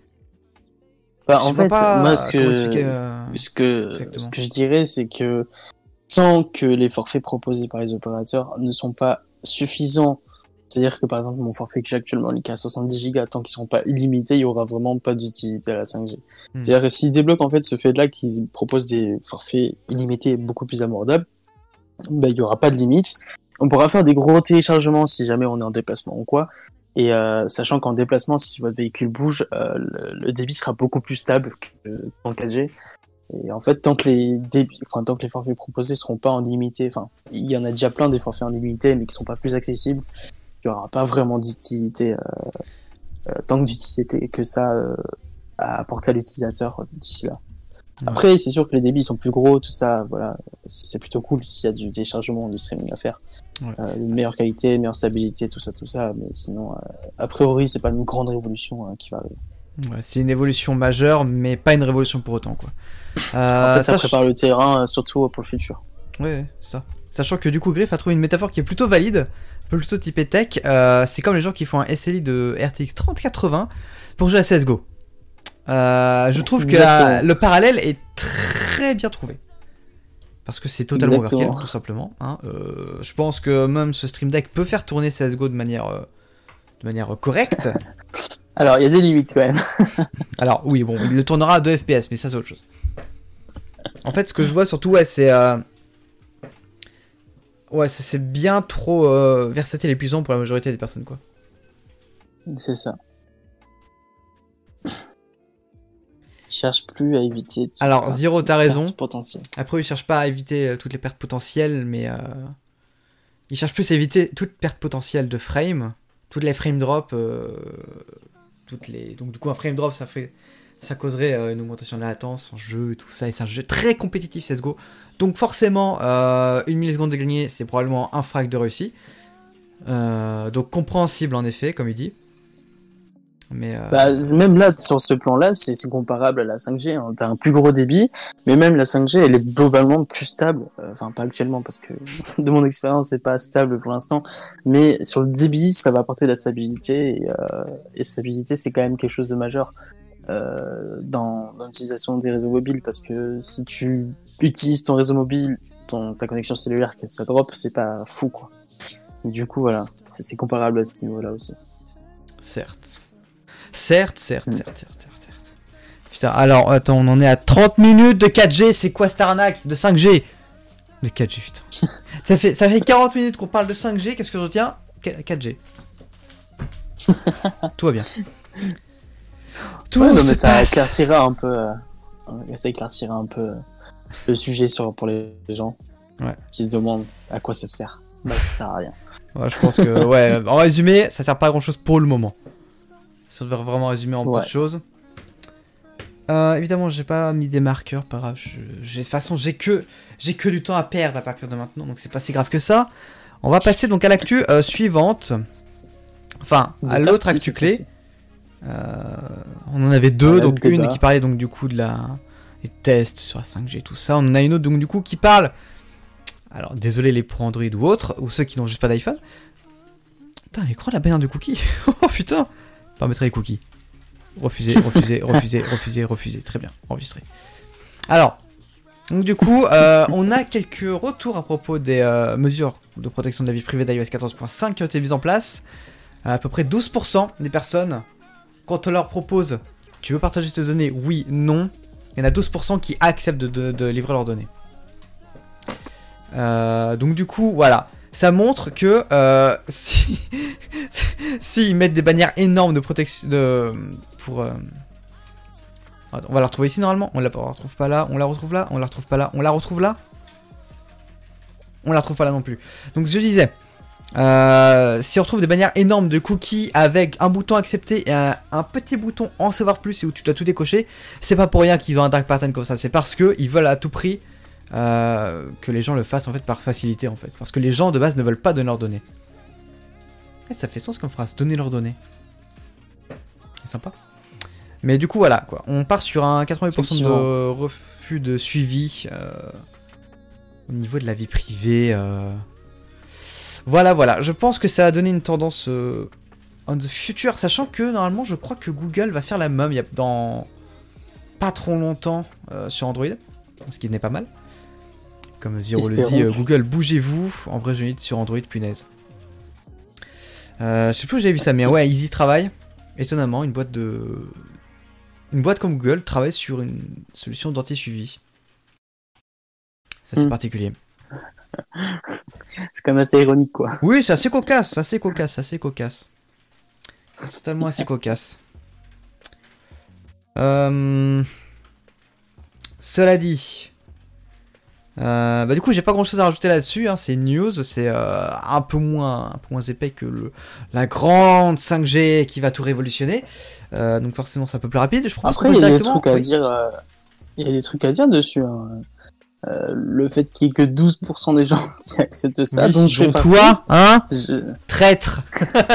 En fait, moi, ce que je dirais, c'est que tant que les forfaits proposés par les opérateurs ne sont pas suffisants, c'est-à-dire que par exemple mon forfait que j'ai actuellement, il est à 70 Go, tant qu'ils ne seront pas illimités, il n'y aura vraiment pas d'utilité à la 5G. C'est-à-dire que s'ils débloquent en fait ce fait-là, qu'ils proposent des forfaits illimités beaucoup plus abordables, il n'y aura pas de limite. On pourra faire des gros téléchargements si jamais on est en déplacement ou quoi. Et sachant qu'en déplacement, si votre véhicule bouge, le débit sera beaucoup plus stable qu'en 4G. Et en fait, tant que les forfaits proposés seront pas en illimité, il y en a déjà plein des forfaits en illimité, mais qui sont pas plus accessibles, il y aura pas vraiment d'utilité, tant que d'utilité que ça à apporter à l'utilisateur d'ici là. Après, c'est sûr que les débits sont plus gros, tout ça, voilà, c'est plutôt cool s'il y a du téléchargement, du streaming à faire. Ouais. Une meilleure qualité, meilleure stabilité, tout ça, mais sinon, a priori, c'est pas une grande révolution qui va arriver. Ouais, c'est une évolution majeure, mais pas une révolution pour autant, quoi. En fait, ça prépare le terrain, surtout pour le futur. Ouais, c'est ça. sachant que du coup Griff a trouvé une métaphore qui est plutôt valide, plutôt typée tech. C'est comme les gens qui font un SLI de RTX 3080 pour jouer à CSGO. Je trouve que le parallèle est très bien trouvé. Parce que c'est totalement overkill, tout simplement. Hein. Je pense que même ce Stream Deck peut faire tourner CSGO de manière correcte. Alors, il y a des limites quand même. Alors, oui, bon, il le tournera à 2 FPS, mais ça, c'est autre chose. En fait, ce que je vois surtout, c'est bien trop versatile et puissant pour la majorité des personnes, quoi. C'est ça. Il cherche plus à éviter. Alors, Zero, t'as raison. Potentielles. Après, il cherche pas à éviter toutes les pertes potentielles, mais il cherche plus à éviter toute perte potentielle de frame, toutes les frame drops, donc du coup un frame drop ça causerait une augmentation de la latence en jeu et tout ça, et c'est un jeu très compétitif CSGO, donc forcément 1 milliseconde de gagné, c'est probablement un frag de réussi, donc compréhensible en effet, comme il dit. Mais même là, sur ce plan-là, c'est comparable à la 5G. Hein. T'as un plus gros débit, mais même la 5G, elle est globalement plus stable. Enfin, pas actuellement, parce que de mon expérience, c'est pas stable pour l'instant. Mais sur le débit, ça va apporter de la stabilité. Et stabilité, c'est quand même quelque chose de majeur dans l'utilisation des réseaux mobiles. Parce que si tu utilises ton réseau mobile, ta connexion cellulaire, que ça drop, c'est pas fou, quoi. Du coup, voilà, c'est comparable à ce niveau-là aussi. Certes. Putain, alors, attends, on en est à 30 minutes de 4G, c'est quoi cette arnaque de 5G? De 4G, putain. ça fait 40 minutes qu'on parle de 5G, qu'est-ce que je retiens? 4G. Tout va bien. Mais ça éclaircira un peu... le sujet pour les gens qui se demandent à quoi ça sert. Ça sert à rien. Ouais, je pense que, en résumé, ça sert pas à grand chose pour le moment. Si on devrait vraiment résumer en peu de choses. Évidemment, j'ai pas mis des marqueurs, pas grave. De toute façon, j'ai que du temps à perdre à partir de maintenant, donc c'est pas si grave que ça. On va passer donc à l'actu suivante. Enfin, à l'autre actu clé. On en avait deux, donc une qui parlait donc du coup des tests sur la 5G, tout ça. On en a une autre donc du coup qui parle. Alors, désolé les pro Android ou autres, ou ceux qui n'ont juste pas d'iPhone. Putain, l'écran de la bannière de cookies. Oh putain. Paramétrer les cookies. Refuser. Très bien, enregistré. Alors, donc du coup, on a quelques retours à propos des mesures de protection de la vie privée d'iOS 14.5 qui ont été mises en place. À peu près 12% des personnes, quand on leur propose « Tu veux partager tes données ?» Oui, non. Il y en a 12% qui acceptent de livrer leurs données. Donc du coup, voilà. Ça montre que si ils mettent des bannières énormes de protection Attends, on va la retrouver ici normalement. On la retrouve pas là. On la retrouve là. On la retrouve pas là. On la retrouve là. On la retrouve pas là non plus. Donc je disais, si on retrouve des bannières énormes de cookies avec un bouton accepter et un petit bouton en savoir plus et où tu dois tout décocher, c'est pas pour rien qu'ils ont un dark pattern comme ça. C'est parce que ils veulent à tout prix que les gens le fassent en fait par facilité en fait, parce que les gens de base ne veulent pas donner leurs données. Ça fait sens comme phrase, donner leurs données. C'est sympa. Mais du coup voilà quoi, on part sur un 80% de refus de suivi au niveau de la vie privée. Voilà, je pense que ça a donné une tendance on the future, sachant que normalement je crois que Google va faire la même dans pas trop longtemps sur Android, ce qui n'est pas mal. Comme Zero le dit, Google, bougez-vous. En vrai, je dis sur Android, punaise. Je sais plus où j'avais vu ça, mais ouais, ils y travaillent. Étonnamment, une boîte comme Google travaille sur une solution d'anti-suivi. Ça, c'est particulier. C'est quand même assez ironique, quoi. Oui, c'est assez cocasse. Totalement assez cocasse. Cela dit... du coup j'ai pas grand chose à rajouter là-dessus, hein. C'est une news, c'est un peu moins épais que la grande 5G qui va tout révolutionner, donc forcément c'est un peu plus rapide. Je propose. Après il y a des trucs à dire, il y a des trucs à dire dessus, hein. Le fait qu'il y ait que 12% des gens qui acceptent ça, oui, donc je fais partie. Toi, hein, traître.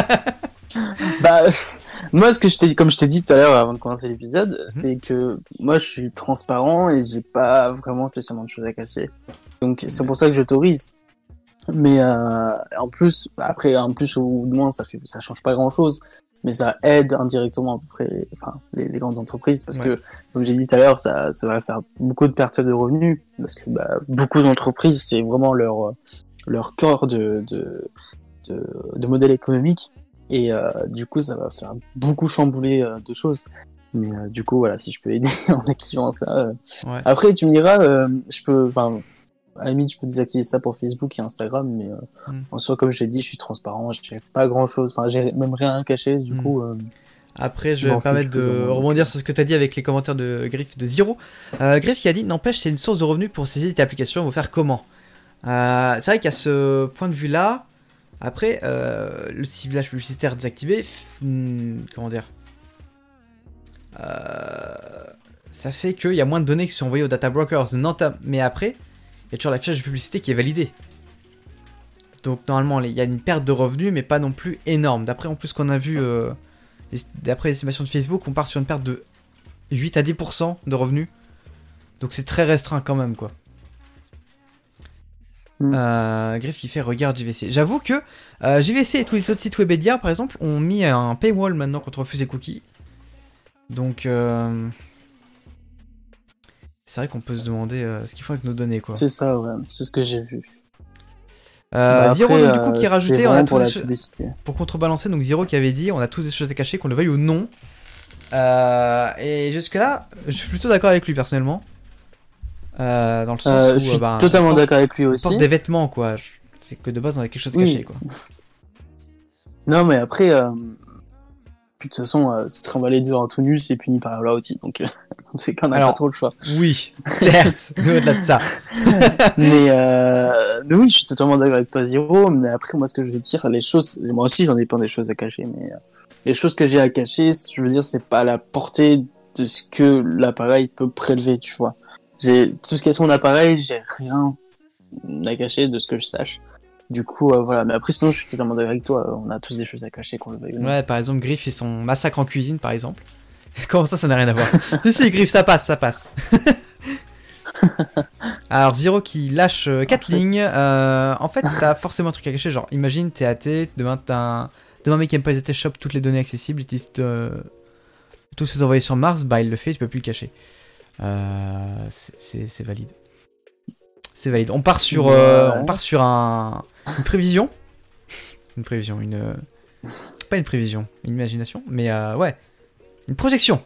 Moi, comme je t'ai dit tout à l'heure avant de commencer l'épisode, c'est que moi je suis transparent et j'ai pas vraiment spécialement de choses à cacher. Donc c'est pour ça que j'autorise. Mais en plus, ou du moins, ça change pas grand-chose, mais ça aide indirectement à peu près, enfin, les grandes entreprises, parce que, comme j'ai dit tout à l'heure, ça va faire beaucoup de pertes de revenus, parce que beaucoup d'entreprises, c'est vraiment leur cœur de modèle économique, et du coup, ça va faire beaucoup chambouler de choses. Mais du coup, voilà, si je peux aider en activant ça. Après, tu me diras, à la limite, je peux désactiver ça pour Facebook et Instagram, mais en soi, comme je l'ai dit, je suis transparent, je n'ai pas grand-chose, enfin, j'ai même rien caché, du coup... Après, je vais me permettre de rebondir sur ce que tu as dit avec les commentaires de Griff de Zero. Griff qui a dit, n'empêche, c'est une source de revenus pour ces applications, vous faire comment c'est vrai qu'à ce point de vue-là, après, le ciblage publicitaire désactivé, comment dire ça fait qu'il y a moins de données qui sont envoyées aux data brokers, mais après, il y a toujours l'affichage de publicité qui est validé. Donc normalement, il y a une perte de revenus, mais pas non plus énorme. D'après en plus qu'on a vu, d'après les estimations de Facebook, on part sur une perte de 8 à 10% de revenus. Donc c'est très restreint quand même, quoi. Griff qui fait regarde JVC. J'avoue que JVC et tous les autres sites Webedia, par exemple, ont mis un paywall maintenant quand on refuse les cookies. Donc c'est vrai qu'on peut se demander ce qu'ils font avec nos données, quoi. C'est ça, ouais, c'est ce que j'ai vu. Zero, donc, du coup, qui a rajouté, on a pour la tous publicité. pour contrebalancer, donc Zero qui avait dit, on a tous des choses à cacher, qu'on le veuille ou non. Et jusque-là, je suis plutôt d'accord avec lui personnellement. Dans le sens où je suis totalement d'accord avec lui aussi. Porte des vêtements, quoi. C'est que de base, on a quelque chose à cacher, quoi. Non, mais après, de toute façon, se trimballer dehors tout nul, c'est puni par la loi aussi, donc c'est qu'on n'a pas trop le choix. Oui, certes, mais au-delà de ça. mais oui, je suis totalement d'accord avec toi, Zero, mais après, moi, ce que je veux dire, moi aussi, j'en ai plein des choses à cacher, mais les choses que j'ai à cacher, je veux dire, c'est pas à la portée de ce que l'appareil peut prélever, tu vois. Tout ce qui est sur mon appareil, j'ai rien à cacher de ce que je sache. Du coup, voilà. Mais après, sinon, je suis totalement d'accord avec toi. On a tous des choses à cacher qu'on le veuille ou non. Ouais, par exemple, Griff et son massacre en cuisine, par exemple. Comment ça n'a rien à voir? Si, Griff, ça passe. Alors, Zero qui lâche 4 lignes. En fait, t'as forcément un truc à cacher. Genre, imagine, t'es athée. Demain, mec qui aime pas les shop toutes les données accessibles. Il décide tous ces envoyer sur Mars. Bah, il le fait, tu peux plus le cacher. C'est valide. C'est valide. On part sur une prévision. Pas une prévision, une imagination, mais ouais. Une projection.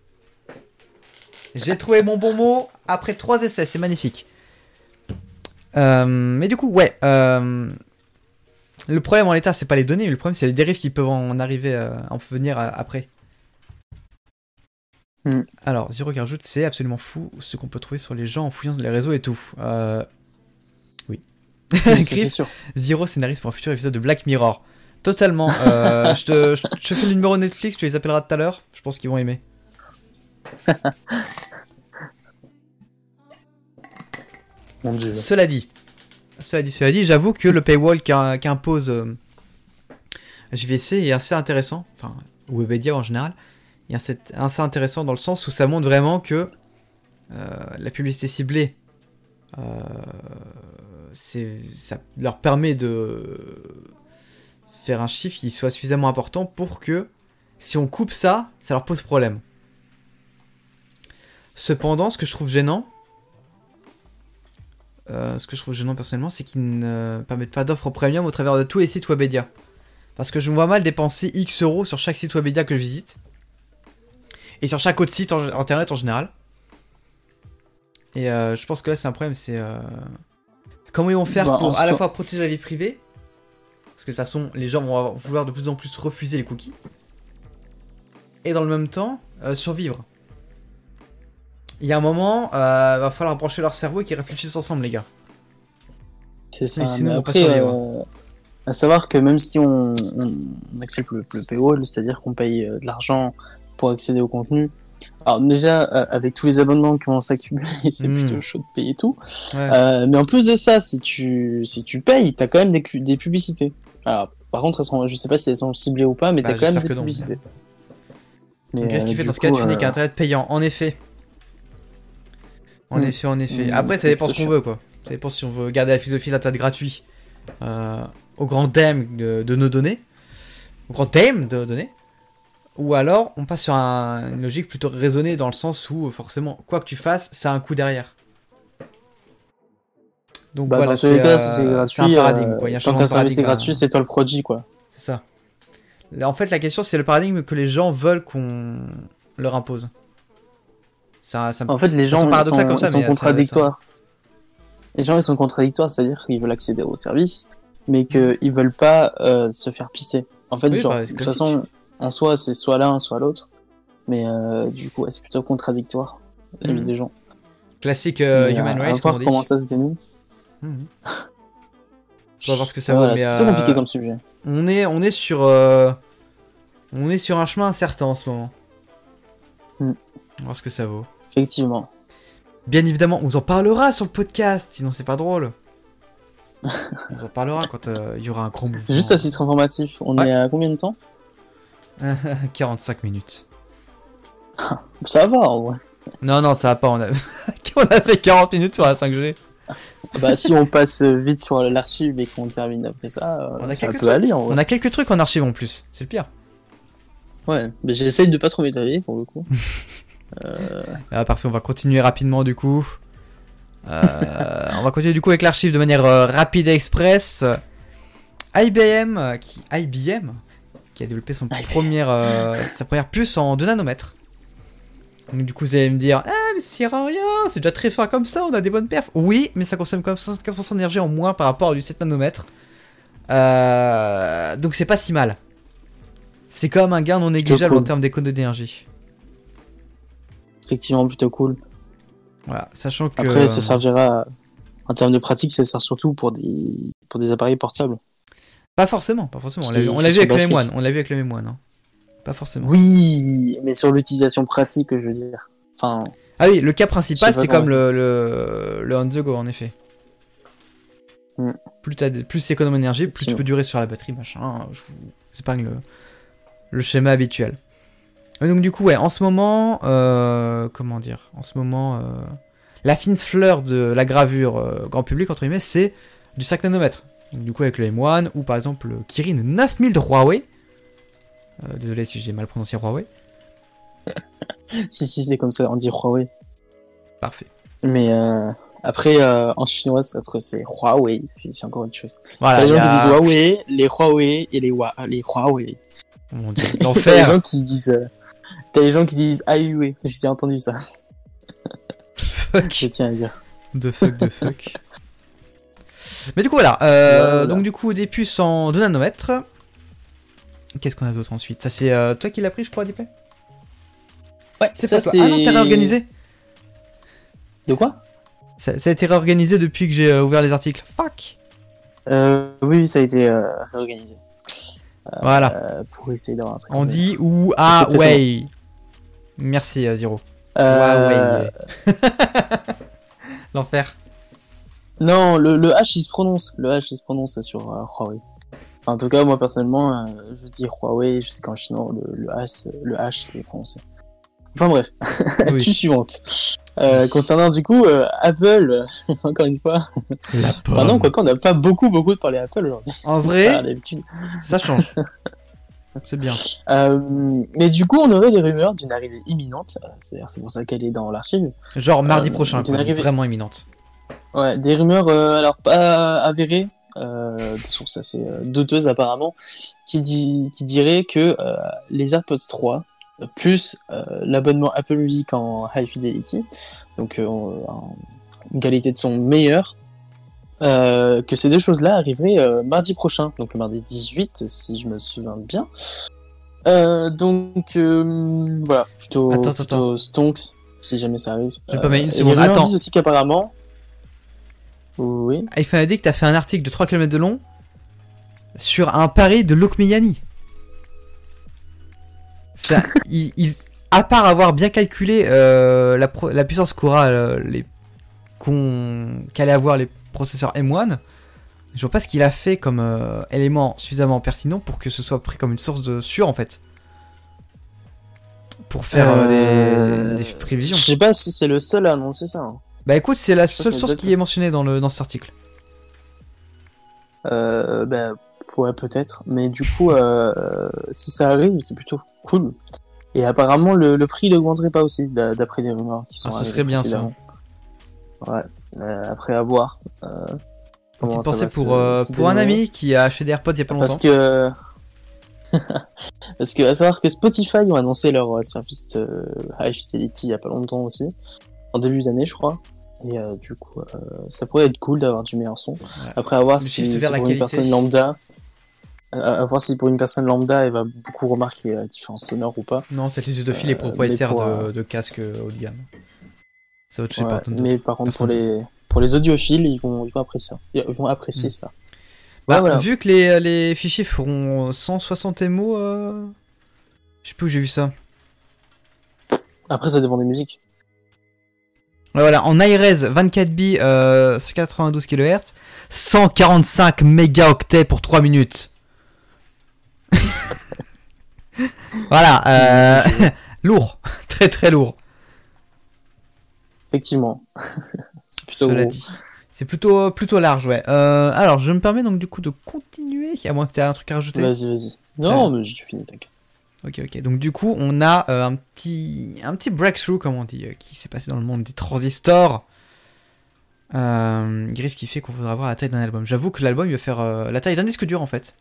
J'ai trouvé mon bon mot après 3 essais, c'est magnifique. Mais du coup, ouais. Le problème en l'état, c'est pas les données, mais le problème, c'est les dérives qui peuvent en arriver, en venir après. Alors, Zero qui rajoute, c'est absolument fou ce qu'on peut trouver sur les gens en fouillant les réseaux et tout. Oui. C'est sûr. Zero scénariste pour un futur épisode de Black Mirror. Totalement. Je te fais le numéro Netflix, tu les appelleras tout à l'heure. Je pense qu'ils vont aimer. Mon Dieu. Cela dit, j'avoue que le paywall qu'impose JVC est assez intéressant. Enfin, Webedia en général. C'est assez intéressant dans le sens où ça montre vraiment que la publicité ciblée, ça leur permet de faire un chiffre qui soit suffisamment important pour que si on coupe ça, ça leur pose problème. Cependant, ce que je trouve gênant personnellement, c'est qu'ils ne permettent pas d'offres premium au travers de tous les sites Webedia. Parce que je me vois mal dépenser X euros sur chaque site Webedia que je visite. Et sur chaque autre site internet en général. Et je pense que là c'est un problème, c'est comment ils vont faire pour à la fois protéger la vie privée, parce que de toute façon les gens vont vouloir de plus en plus refuser les cookies, et dans le même temps survivre. Il y a un moment, va falloir brancher leur cerveau et qu'ils réfléchissent ensemble, les gars. C'est ça. Sinon, après, à savoir que même si on accepte le paywall, c'est-à-dire qu'on paye de l'argent pour accéder au contenu. Alors déjà, avec tous les abonnements qui vont s'accumuler, c'est plutôt chaud de payer tout. Ouais. Mais en plus de ça, si tu payes, t'as quand même des publicités. Alors, par contre, je sais pas si elles sont ciblées ou pas, mais t'as quand même des publicités. Mais qu'est-ce qu'il fait dans ce cas de figure Internet payant, en effet. En effet. Après, ça dépend ce qu'on veut, quoi. Ça dépend si on veut garder la philosophie d'Internet gratuit. au grand dame de nos données, au grand dame de nos données, ou alors on passe sur une logique plutôt raisonnée dans le sens où forcément quoi que tu fasses, ça a un coût derrière. Donc voilà, dans tous les cas, si c'est gratuit, un paradigme, quoi. Il y a un tant qu'un service est gratuit, c'est toi le produit, quoi. C'est ça. En fait, la question, c'est le paradigme que les gens veulent qu'on leur impose. En fait, les gens sont contradictoires. Les gens, ils sont contradictoires, c'est-à-dire qu'ils veulent accéder au service, mais qu'ils veulent pas se faire pister. En fait, de toute façon, en soi, c'est soit l'un, soit l'autre. Mais du coup, c'est plutôt contradictoire, la vie des gens. Classique Human Race, on va voir comment ça se dénoue. On va voir ce que ça vaut, mais c'est plutôt compliqué comme sujet. On est sur un chemin incertain en ce moment. On va voir ce que ça vaut. Effectivement. Bien évidemment, on vous en parlera sur le podcast, sinon c'est pas drôle. On vous en parlera quand il y aura un grand mouvement. Juste à titre informatif, on est à combien de temps? 45 minutes. Ça va en vrai. Non, ça va pas. On a fait 40 minutes sur la 5G. Bah, si on passe vite sur l'archive et qu'on termine après ça, ça peut aller en vrai. On a quelques trucs en archive en plus, c'est le pire. Ouais, mais j'essaye de pas trop m'étaler pour le coup. Parfait, on va continuer rapidement du coup. On va continuer du coup avec l'archive de manière rapide et express. IBM qui a développé sa première puce en 2 nanomètres. Donc du coup vous allez me dire mais ça sert à rien, c'est déjà très fin comme ça, on a des bonnes perfs. Oui, mais ça consomme quand même 64% d'énergie en moins par rapport à du 7 nanomètres. Donc c'est pas si mal. C'est quand même un gain non négligeable en termes d'économie d'énergie. Effectivement, plutôt cool. Voilà, sachant que... Après, ça servira... En termes de pratique, ça sert surtout pour des appareils portables. Pas forcément. On l'a vu avec le M1. Hein. Pas forcément. Oui, mais sur l'utilisation pratique, je veux dire. Enfin... Ah oui, le cas principal, c'est comme le on the go, en effet. Plus c'est économe d'énergie, plus tu peux durer sur la batterie, machin. C'est pas le schéma habituel. Et donc du coup, en ce moment, la fine fleur de la gravure grand public, entre guillemets, c'est du 5 nanomètres. Donc du coup, avec le M1, ou par exemple le Kirin 9000 de Huawei. Désolé si j'ai mal prononcé Huawei. si, c'est comme ça, on dit Huawei. Parfait. Mais après, en chinois, c'est Huawei, c'est encore autre chose. Voilà, les gens qui disent Huawei, les Huawei et les Huawei. Oh mon dieu, l'enfer. T'as les gens qui disent AUE, j'ai déjà entendu ça. Fuck. Je tiens à dire. The fuck. Mais du coup, voilà. Donc, du coup, des puces en 2 nanomètres. Qu'est-ce qu'on a d'autre ensuite? Ça, c'est toi qui l'as pris, je crois, DP? Ouais, c'est pas toi. Ah non, t'as réorganisé. De quoi? Ça a été réorganisé depuis que j'ai ouvert les articles. Fuck. Oui, ça a été réorganisé. Voilà. Pour essayer d'avoir un truc. On dit ou ah ouais. Merci Zero. Ouais. L'enfer. Non, le H il se prononce. Le H il se prononce sur Huawei. Enfin, en tout cas, moi personnellement, je dis Huawei. Je sais qu'en chinois, le H il est prononcé. Enfin bref. Oui. Actu suivante. Concernant du coup Apple, encore une fois. Enfin non, quoique on n'a pas beaucoup de parler Apple aujourd'hui. En vrai, ça change. C'est bien. Mais du coup, on aurait des rumeurs d'une arrivée imminente. C'est pour ça qu'elle est dans l'archive. Genre mardi prochain, quoi, vraiment imminente. Ouais, des rumeurs, alors pas avérées, de sources assez douteuses apparemment, qui diraient que les AirPods 3 plus l'abonnement Apple Music en High Fidelity, donc en une qualité de son meilleure, que ces deux choses-là arriveraient mardi prochain, donc le mardi 18, si je me souviens bien. Donc voilà, plutôt stonks, si jamais ça arrive. Je vais pas mettre une seconde. Attends. Ils disent aussi qu'apparemment... Oui. iPhone Addict a fait un article de 3 km de long sur un pari de Lokmeyani. Ça, à part avoir bien calculé la puissance qu'aura qu'allaient avoir les processeurs M1, je vois pas ce qu'il a fait comme élément suffisamment pertinent pour que ce soit pris comme une source de sûre en fait. Pour faire des prévisions. Je sais pas si c'est le seul à annoncer ça. Hein. Bah écoute, c'est la seule source qui est mentionnée dans cet article. Bah, ouais, peut-être. Mais du coup, si ça arrive, c'est plutôt cool. Et apparemment, le prix n'augmenterait pas aussi, d'après des rumeurs qui sont ce serait bien ça. Ouais. Après, à voir. Tu pensais pour un ami qui a acheté des AirPods il y a pas longtemps. Parce que à savoir que Spotify ont annoncé leur service de High Fidelity il y a pas longtemps aussi, en début d'année je crois, et du coup ça pourrait être cool d'avoir du meilleur son. Ouais. Après à voir si pour une personne lambda, elle va beaucoup remarquer la différence sonore ou pas. Non, cette liste de fil est propriétaire de casques haut de gamme. Ça va toucher par mais par contre pour les audiophiles ils vont apprécier ça. Bah, voilà. Vu que les fichiers feront 160 MO, je sais plus où j'ai vu ça. Après, ça dépend des musiques. Ouais, voilà, en iRes 24 sur 92 kHz, 145 mégaoctets pour 3 minutes. Voilà, lourd, très très lourd. Effectivement. C'est plutôt Cela dit. C'est plutôt large, ouais. Alors, je me permets donc du coup de continuer, à moins que tu aies un truc à rajouter. Vas-y. Non, mais j'ai fini, t'inquiète. Ok. Donc du coup, on a un petit breakthrough, comme on dit, qui s'est passé dans le monde des transistors. Griff qui fait qu'on voudra avoir la taille d'un album. J'avoue que l'album, il va faire la taille d'un disque dur, en fait.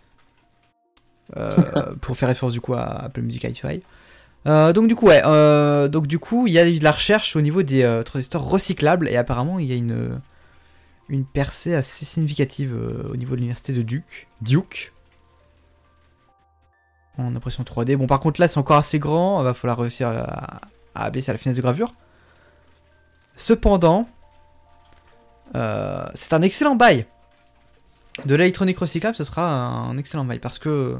Pour faire référence du coup à Apple Music Hi-Fi. Donc du coup, il y a de la recherche au niveau des transistors recyclables, et apparemment, il y a une percée assez significative au niveau de l'université de Duke. En impression 3D. Bon, par contre, là, c'est encore assez grand. Il va falloir réussir à abaisser à la finesse de gravure. Cependant, c'est un excellent bail. De l'électronique recyclable, ce sera un excellent bail. Parce que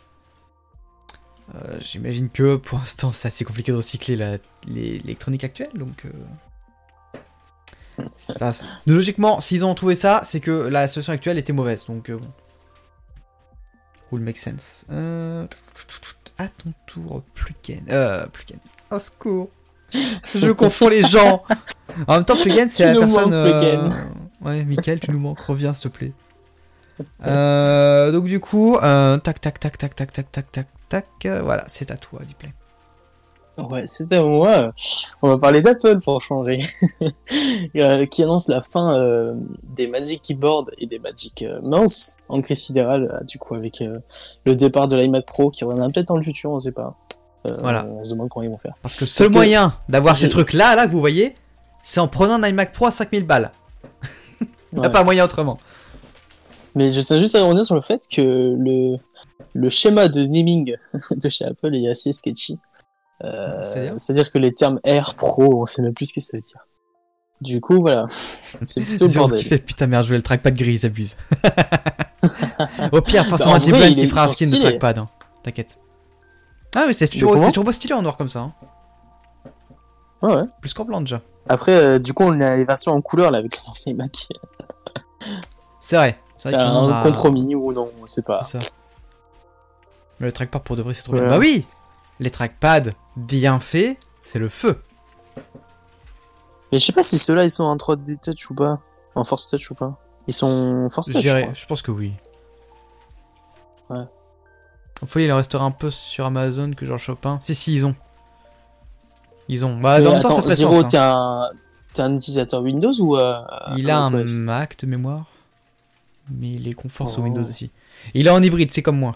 j'imagine que, pour l'instant, c'est assez compliqué de recycler l'électronique actuelle. Donc... logiquement, s'ils ont trouvé ça, c'est que la situation actuelle était mauvaise. Donc, bon. Will make sense. À ton tour, Pluken. Au secours. Je confonds les gens. En même temps, Pluken, c'est la personne. Ouais, Mickaël, tu nous manques. Reviens, s'il te plaît. Donc, du coup, tac. Voilà, c'est à toi, Diplay. Ouais, c'est à moi. On va parler d'Apple pour changer. Qui annonce la fin des Magic Keyboard et des Magic Mouse en crise sidérale, du coup, avec le départ de l'iMac Pro qui reviendra peut-être dans le futur, on sait pas. Voilà. On se demande comment ils vont faire. Parce que le seul moyen d'avoir ces trucs-là, que vous voyez, c'est en prenant un iMac Pro à 5000 balles. Il n'y a pas moyen autrement. Mais je tiens juste à revenir sur le fait que le schéma de naming de chez Apple est assez sketchy. C'est-à-dire que les termes Air Pro, on sait même plus ce que ça veut dire. Du coup, voilà. C'est plutôt le bordel. Qui fait putain merde, je vais le trackpad gris, ils abusent. Au pire, forcément, un Diplay qui fera un skin de trackpad. Hein. T'inquiète. Ah, mais c'est turbo stylé en noir comme ça. Hein. Ouais. Plus qu'en blanc déjà. Après, du coup, on a les versions en couleur là avec l'ancien Mac. C'est vrai. C'est un compromis ou non, on sait pas. C'est ça. Mais le trackpad pour de vrai, c'est trop bien. Bah oui! Les trackpads bien faits, c'est le feu. Mais je sais pas si ceux-là ils sont en 3D Touch ou pas. En Force Touch ou pas. Ils sont Force Touch. Je pense que oui. Ouais. Au foyer, il en restera un peu sur Amazon que j'en chope un. Si, ils ont. Bah, en même temps, ça fait Zero, sens. t'es un utilisateur Windows ou il a un Mac de mémoire. Mais il est confort sur Windows aussi. Il est en hybride, c'est comme moi.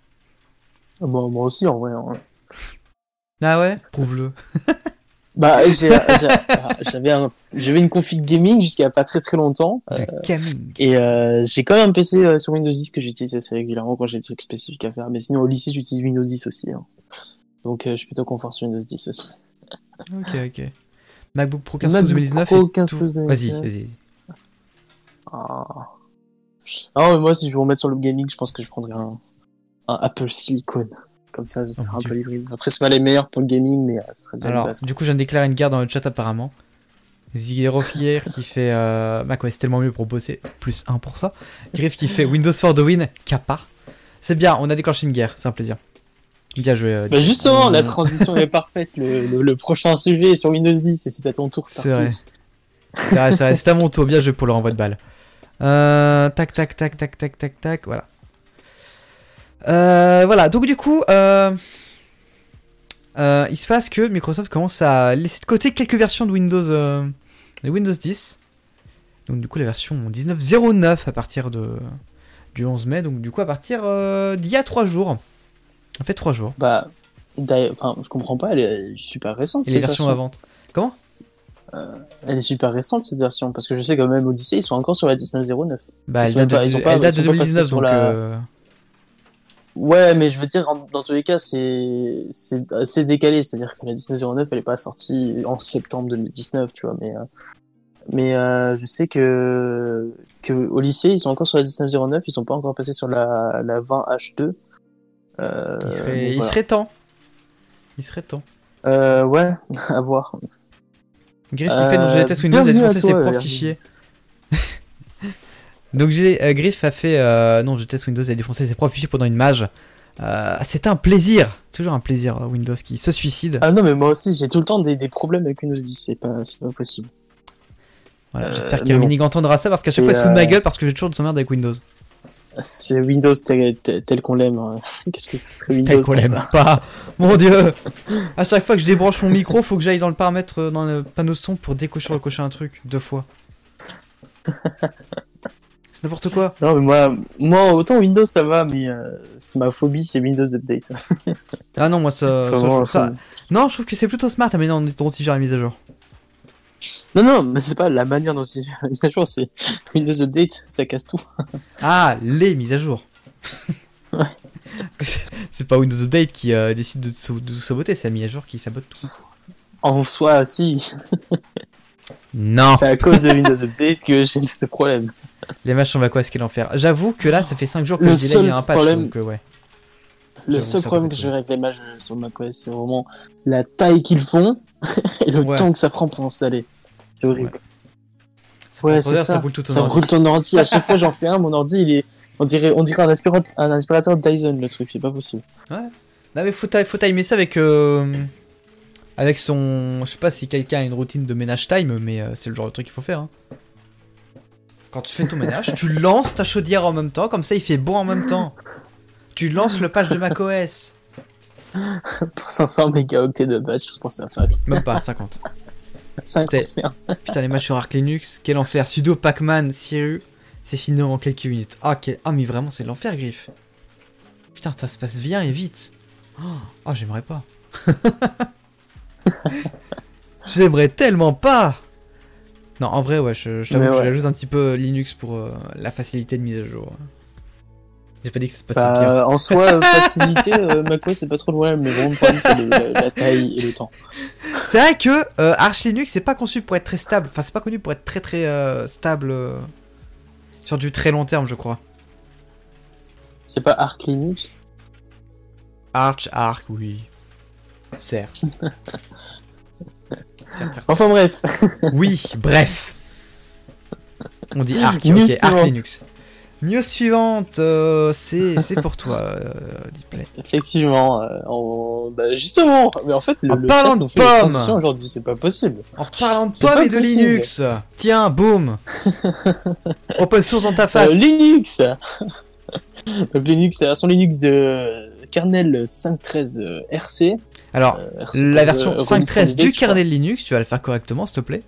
Bon, moi aussi, en vrai. Hein. Ah ouais? Prouve-le. Bah, j'avais une config gaming jusqu'à pas très très longtemps. Gaming. Et j'ai quand même un PC sur Windows 10 que j'utilise assez régulièrement quand j'ai des trucs spécifiques à faire. Mais sinon, au lycée, j'utilise Windows 10 aussi. Hein. Donc, je suis plutôt confort sur Windows 10 aussi. Ok. MacBook Pro 15 pouces 2019. Pro 15 pouces 2019. Vas-y. Ah, mais moi, si je veux remettre sur le gaming, je pense que je prendrais un Apple Silicon. Comme ça, ce sera un peu hybride. Après, c'est pas les meilleurs pour le gaming, mais ce serait déjà une base. Du coup, je viens de déclarer une guerre dans le chat apparemment. Zerofier qui fait Mac OS tellement mieux pour bosser, plus 1 pour ça. Griff qui fait Windows for the win, kappa. C'est bien, on a déclenché une guerre, c'est un plaisir. Bien joué. Bah justement, la transition est parfaite. Le prochain sujet est sur Windows 10 et c'est à ton tour. C'est vrai, c'est à mon tour. Bien joué pour le renvoi de balle. Tac, tac, tac, tac, tac, tac, tac, voilà. Voilà, donc du coup, il se passe que Microsoft commence à laisser de côté quelques versions de Windows, les Windows 10. Donc du coup, la version 19.09 à partir du 11 mai, donc du coup à partir d'il y a 3 jours. Ça fait 3 jours. Bah, enfin, je comprends pas, elle est super récente. Et les versions à vente. Comment ? Elle est super récente cette version, parce que je sais que même Odyssey, ils sont encore sur la 19.09. Bah, elle date de 2019, donc... Ouais, mais je veux dire, dans tous les cas, c'est assez décalé, c'est-à-dire que la 19.09, elle est pas sortie en septembre 2019, tu vois, mais je sais que au lycée, ils sont encore sur la 19.09, ils sont pas encore passés sur la 20H2. Il serait temps. Il serait temps. Ouais, à voir. Griff qui fait, donc je déteste Windows, a défoncé ses propres fichiers. Donc Griff a fait, non je déteste Windows, a défoncé ses propres fichiers pendant une mage. C'est un plaisir, toujours un plaisir, Windows qui se suicide. Ah non mais moi aussi j'ai tout le temps des problèmes avec Windows 10, c'est pas possible. Voilà, j'espère qu'Herminig entendra ça parce qu'à chaque fois il se fout de ma gueule parce que j'ai toujours de s'emmerder avec Windows. C'est Windows tel qu'on l'aime. Qu'est-ce que ce serait Windows tel qu'on l'aime pas. Mon dieu. À chaque fois que je débranche mon micro, faut que j'aille dans le paramètre, dans le panneau son pour recocher un truc 2 fois. C'est n'importe quoi. Non mais moi autant Windows ça va, mais c'est ma phobie, c'est Windows Update. Ah non moi ça non je trouve que c'est plutôt smart la manière dont ils gèrent les mises à jour. Non, mais c'est pas la manière dont ils gèrent les mises à jour, c'est Windows Update, ça casse tout. Ah, les mises à jour. Ouais. C'est pas Windows Update qui décide de saboter, c'est la mise à jour qui sabote tout. En soi, si. Non. C'est à cause de Windows Update que j'ai ce problème. Les matchs on va quoi, ce qu'il en faire. J'avoue que là, ça fait 5 jours que il y a un patch, donc ouais. Le seul problème que j'ai avec les matchs sur macOS, c'est vraiment la taille qu'ils font et le temps que ça prend pour installer. C'est horrible. Ouais, c'est ça. Brûle tout ton ordi. Ça brûle ton ordi. À chaque fois, j'en fais un. Mon ordi, il est, on dirait un aspirateur Dyson, le truc. C'est pas possible. Ouais. Non mais faut timer ça avec son, je sais pas si quelqu'un a une routine de ménage time, mais c'est le genre de truc qu'il faut faire. Hein. Quand tu fais ton ménage, tu lances ta chaudière en même temps, comme ça il fait bon en même temps. Tu lances le patch de macOS. Pour 500 mégaoctets de patch, je pense à faire. Même pas 50. 50, merde. Putain, les matchs sur Arch Linux, quel enfer. Sudo Pacman, Siru, c'est fini en quelques minutes. Ah, mais vraiment, c'est l'enfer, Griff. Putain, ça se passe bien et vite. Oh, j'aimerais pas. J'aimerais tellement pas. Non, en vrai, ouais, je t'avoue que j'ajoute un petit peu Linux pour la facilité de mise à jour. J'ai pas dit que ça se passait bien. En soi, facilité, macOS c'est pas trop le problème, mais vraiment le problème c'est la taille et le temps. C'est vrai que Arch Linux c'est pas conçu pour être très stable. Enfin, c'est pas connu pour être très stable sur du très long terme, je crois. C'est pas Arch Linux? Arch, oui. Certes. Certes. Enfin bref. Oui, bref. On dit Arch, ok, Arch Linux. News suivante, c'est pour toi, Deepplay. Effectivement, justement, mais en fait, en parlant de pommes aujourd'hui, c'est pas possible. En parlant de pommes et de Linux, tiens, boum. Open source dans ta face. Linux. Donc Linux, c'est la version Linux de kernel 5.13 RC. Alors, la version 5.13 du kernel Linux, tu vas le faire correctement, s'il te plaît.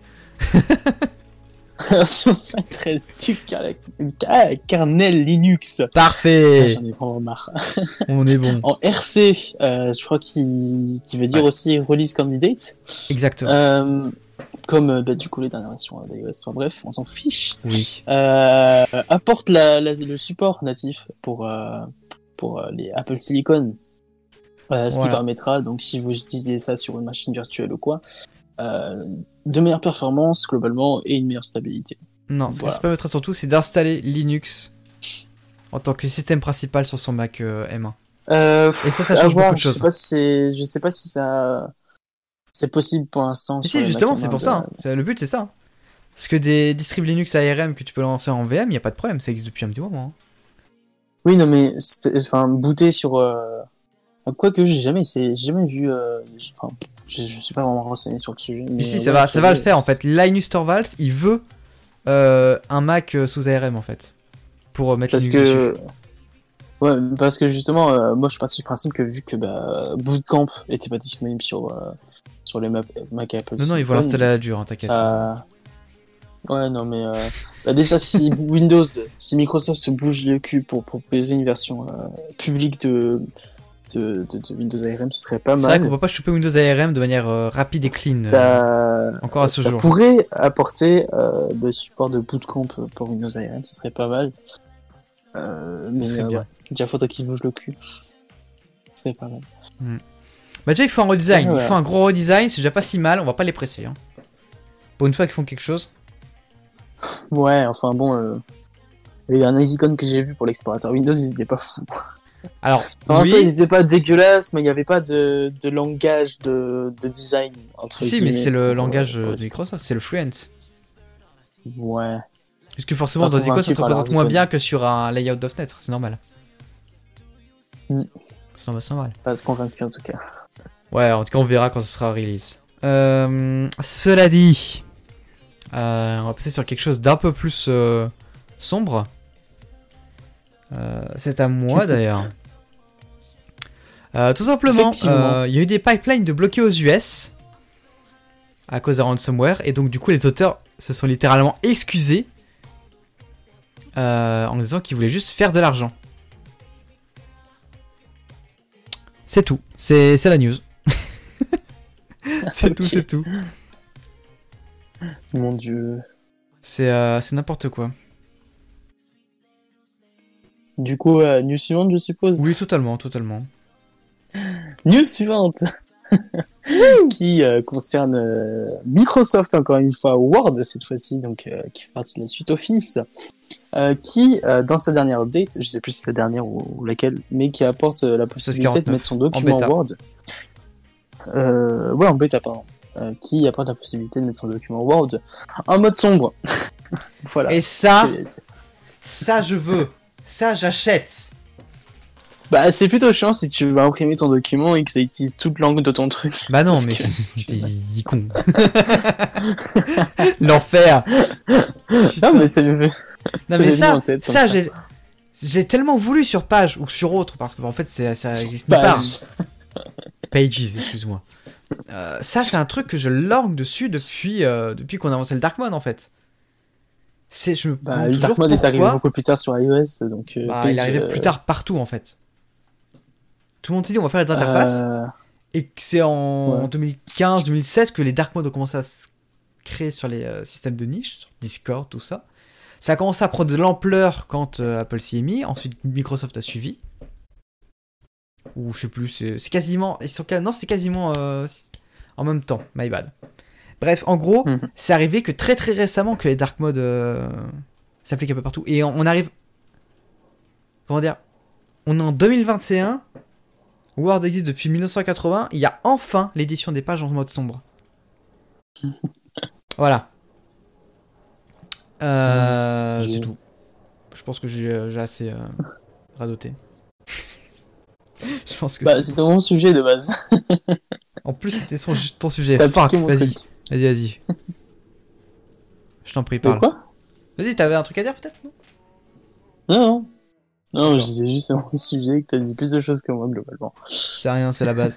Version 5.13 du kernel Linux. Parfait. J'en ai vraiment marre. On est bon. En RC, je crois qu'il veut dire aussi Release Candidate. Exactement. Comme du coup les dernières versions d'iOS. Enfin bref, on s'en fiche. Oui. Apporte le support natif pour les Apple Silicon. Ce qui permettra, donc si vous utilisez ça sur une machine virtuelle ou quoi, de meilleures performances globalement et une meilleure stabilité. Non, ce qui se permettra surtout, c'est d'installer Linux en tant que système principal sur son Mac M1. Et ça change beaucoup de choses. Je sais pas si ça c'est possible pour l'instant. Si, justement, c'est pour ça. Hein. Le but, c'est ça. Parce que des distribs Linux ARM que tu peux lancer en VM, il n'y a pas de problème, ça existe depuis un petit moment. Hein. Oui, non, mais booter sur. Quoique, j'ai jamais vu. Je suis pas vraiment renseigné sur le sujet. Mais si, ça va le faire en fait. Linus Torvalds, il veut un Mac sous ARM en fait. Pour mettre Linux dessus. Ouais, parce que justement, moi je suis parti du principe que vu que Bootcamp était pas disponible sur les Mac Apple. Non, ils vont l'installer à la dure, hein, t'inquiète. Ouais, non, mais déjà, si Microsoft se bouge le cul pour proposer une version publique de Windows ARM, ce serait pas mal. C'est vrai qu'on peut pas choper Windows ARM de manière rapide et clean. Encore à ce jour. Ça pourrait apporter le support de Bootcamp pour Windows ARM, ce serait pas mal. Mais serait bien. Ouais. Déjà, faudrait qu'il se bouge le cul. Ce serait pas mal. Bah déjà, il faut un redesign. Ouais. Il faut un gros redesign. C'est déjà pas si mal. On va pas les presser. Hein. Pour une fois qu'ils font quelque chose. Ouais, enfin bon, les dernières icônes que j'ai vues pour l'explorateur Windows, ils étaient pas fous. Alors, enfin, oui. ça, ils étaient pas dégueulasses, mais il n'y avait pas de langage de design. Si, mais c'est le langage de Microsoft, c'est le Fluent. Ouais. Parce que forcément, dans des icônes, ça se représente moins bien que sur un layout .NET, c'est normal. C'est normal. Pas convaincu en tout cas. Ouais, en tout cas, on verra quand ce sera release. Cela dit, on va passer sur quelque chose d'un peu plus sombre. C'est à moi d'ailleurs. Tout simplement, il y a eu des pipelines de bloqués aux US à cause d'un ransomware, et donc du coup les auteurs se sont littéralement excusés en disant qu'ils voulaient juste faire de l'argent. C'est tout, c'est la news. C'est tout, c'est tout. Mon dieu. C'est n'importe quoi. Du coup, news suivante, je suppose. Oui, totalement. News suivante qui concerne Microsoft, encore une fois, Word cette fois-ci, donc qui fait partie de la suite Office, qui, dans sa dernière update, je sais plus si c'est la dernière ou laquelle, mais qui apporte la possibilité de mettre son document Word. Ouais, en bêta, pardon. Qui apporte la possibilité de mettre son document Word en mode sombre. Voilà. Et ça je veux. Ça, j'achète. Bah, c'est plutôt chiant si tu vas imprimer ton document et que ça utilise toute l'angle de ton truc. Bah non, mais t'es con. L'enfer. Non, mais c'est le jeu. Non, mais ça j'ai tellement voulu sur Page ou sur autre, parce que en fait, ça existe nulle part. Pages, excuse-moi. Ça, c'est un truc que je lorgne dessus depuis qu'on a inventé le Dark Mode, en fait. Le Dark Mode est arrivé beaucoup plus tard sur iOS, donc... il est arrivé plus tard partout, en fait. Tout le monde s'est dit, on va faire des interfaces, et que c'est en 2015-2016 que les Dark Modes ont commencé à se créer sur les systèmes de niche, Discord, tout ça. Ça a commencé à prendre de l'ampleur quand Apple s'y est mis, ensuite Microsoft a suivi. Ou je sais plus, c'est quasiment... Non, c'est quasiment en même temps, my bad. Bref, en gros, c'est arrivé que très très récemment que les dark modes s'appliquent un peu partout. Et on arrive... Comment dire ? On est en 2021. Word existe depuis 1980. Il y a enfin l'édition des pages en mode sombre. Voilà. C'est tout. Je pense que j'ai assez radoté. Je pense que c'était mon sujet de base. En plus, c'était ton sujet. Fuck, vas-y. Vas-y. Je t'en prie, parle. Quoi ? Vas-y, t'avais un truc à dire peut-être, non ? Non, je disais juste mon sujet que t'as dit plus de choses que moi, globalement. C'est rien, c'est la base.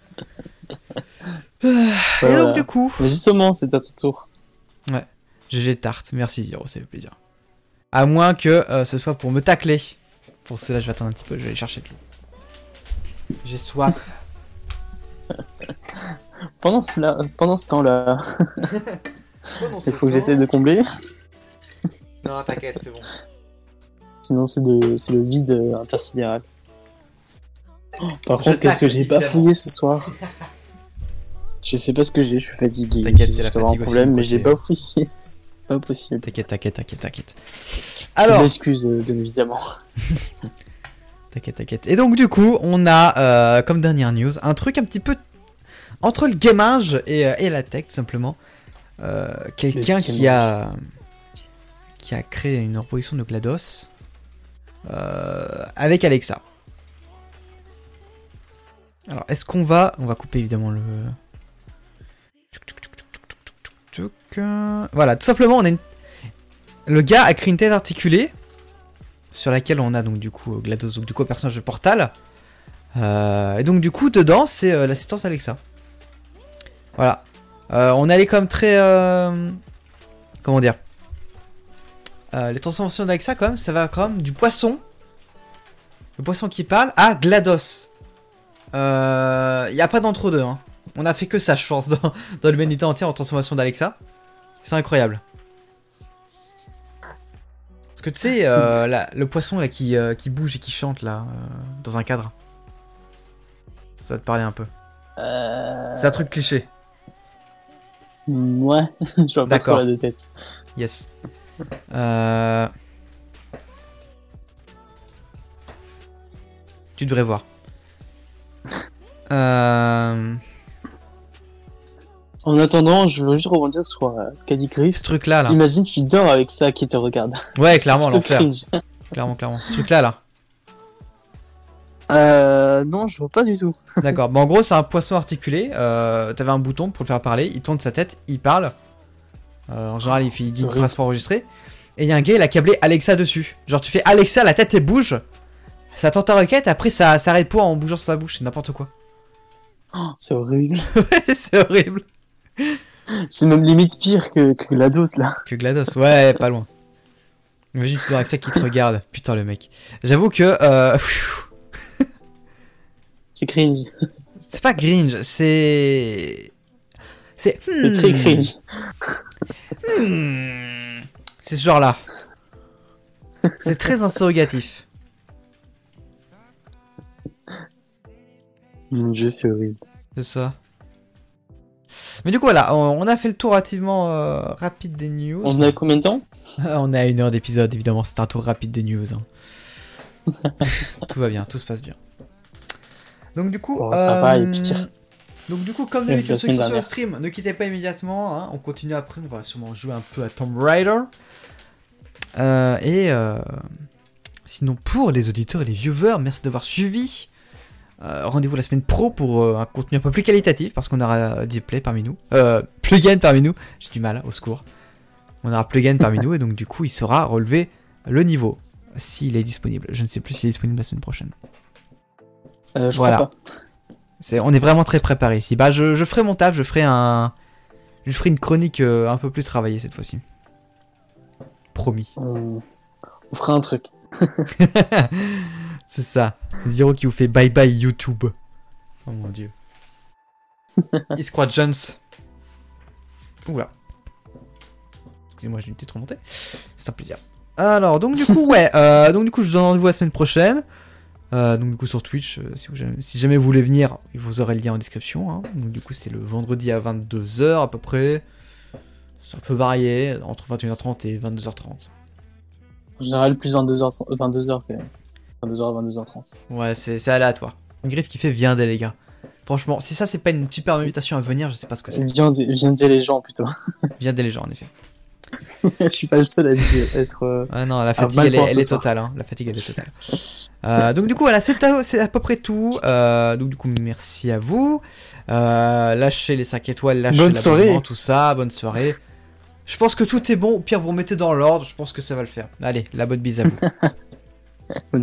Et donc, du coup... Mais justement, c'est à ton tour. Ouais. GG Tarte, merci Zero, ça fait plaisir. À moins que ce soit pour me tacler. Pour cela, je vais attendre un petit peu, je vais aller chercher de l'eau. J'ai soif. Pendant ce temps-là, il faut que j'essaie de combler. Non, t'inquiète, c'est bon. Sinon, c'est le vide intersidéral. Par contre, qu'est-ce que j'ai bafouillé ce soir ? Je sais pas ce que j'ai, je suis fatigué. T'inquiète, c'est la fatigue un problème, aussi, mais j'ai bafouillé, c'est pas possible. T'inquiète. Alors, je m'excuse, bien évidemment. T'inquiète. Et donc, du coup, on a, comme dernière news, un truc un petit peu entre le gamage et la tech, tout simplement. Quelqu'un qui a créé une reproduction de GLaDOS avec Alexa. Alors, est-ce qu'on va couper évidemment le... Voilà, tout simplement, le gars a créé une tête articulée sur laquelle on a donc du coup GLaDOS, donc du coup un personnage de Portal. Et donc du coup dedans c'est l'assistance Alexa. Voilà. On allait comme très... comment dire, les transformations d'Alexa quand même, ça va quand même du poisson. Le poisson qui parle à GLaDOS. Il n'y a pas d'entre-deux. Hein. On a fait que ça je pense dans l'humanité entière en transformation d'Alexa. C'est incroyable. Parce que tu sais, le poisson là qui bouge et qui chante là, dans un cadre. Ça va te parler un peu. C'est un truc cliché. Ouais, je vois pas trop la de tête. Yes. Tu devrais voir. En attendant, je veux juste rebondir sur ce qu'a dit Griff. Ce truc-là, là. Imagine, tu dors avec ça qui te regarde. Ouais, clairement, l'enfer. Cringe. Clairement. Ce truc-là, là. Non, je vois pas du tout. D'accord. Bon, en gros, c'est un poisson articulé. T'avais un bouton pour le faire parler. Il tourne sa tête, il parle. En général, il dit une phrase pour enregistrer. Et il y a un gars, il a câblé Alexa dessus. Genre, tu fais Alexa, la tête, elle bouge. Ça attend ta requête, après, ça répond en bougeant sa bouche. C'est n'importe quoi. Oh, c'est horrible. C'est horrible. C'est même limite pire que GLaDOS, là. Que GLaDOS, ouais, pas loin. Imagine tu dors avec ça qui te regarde. Putain, le mec. J'avoue que... c'est cringe. C'est pas cringe, c'est... C'est très cringe. C'est ce genre-là. C'est très interrogatif. Mon dieu, c'est horrible. C'est ça. Mais du coup, voilà, on a fait le tour relativement rapide des news. On a combien de temps? On est à 1 heure d'épisode, évidemment, c'est un tour rapide des news. Hein. Tout va bien, tout se passe bien. Donc du coup... ça va, et pire. Donc du coup, comme d'habitude, ceux qui sont sur le stream, ne quittez pas immédiatement. Hein, on continue après, on va sûrement jouer un peu à Tomb Raider. Sinon, pour les auditeurs et les viewers, merci d'avoir suivi. Rendez-vous la semaine pro pour un contenu un peu plus qualitatif, parce qu'on aura Dplay parmi nous. Plugin parmi nous. J'ai du mal, au secours. On aura Plugin parmi nous, et donc du coup, il saura relever le niveau. S'il est disponible. Je ne sais plus s'il est disponible la semaine prochaine. Je crois pas. On est vraiment très préparé ici. Bah, je ferai mon taf, je ferai une chronique un peu plus travaillée cette fois-ci. Promis. On fera un truc. C'est ça. Zero qui vous fait bye bye YouTube. Oh mon dieu. Il se croit Jones. Oula. Excusez-moi, j'ai une petite remontée. C'est un plaisir. Alors, donc du coup, ouais. Donc du coup, je vous donne rendez-vous la semaine prochaine. Donc du coup sur Twitch, si jamais vous voulez venir, vous aurez le lien en description. Hein. Donc du coup c'est le vendredi à 22h à peu près. Ça peut varier entre 21h30 et 22h30. En général plus 22h que 22h à 22h30. Ouais, c'est aléatoire. Une griffe qui fait viendez les gars. Franchement, si ça c'est pas une super invitation à venir, je sais pas ce que c'est. Viendez les gens plutôt. Viendez les gens en effet. Je suis pas le seul à être. Ah non, la fatigue elle est totale. Hein. La fatigue elle est totale. Donc du coup voilà, c'est à peu près tout. Donc du coup merci à vous. Lâchez les 5 étoiles, lâchez l'abonnement, tout ça. Bonne soirée. Je pense que tout est bon. Au pire vous remettez dans l'ordre. Je pense que ça va le faire. Allez, la bonne bise à vous.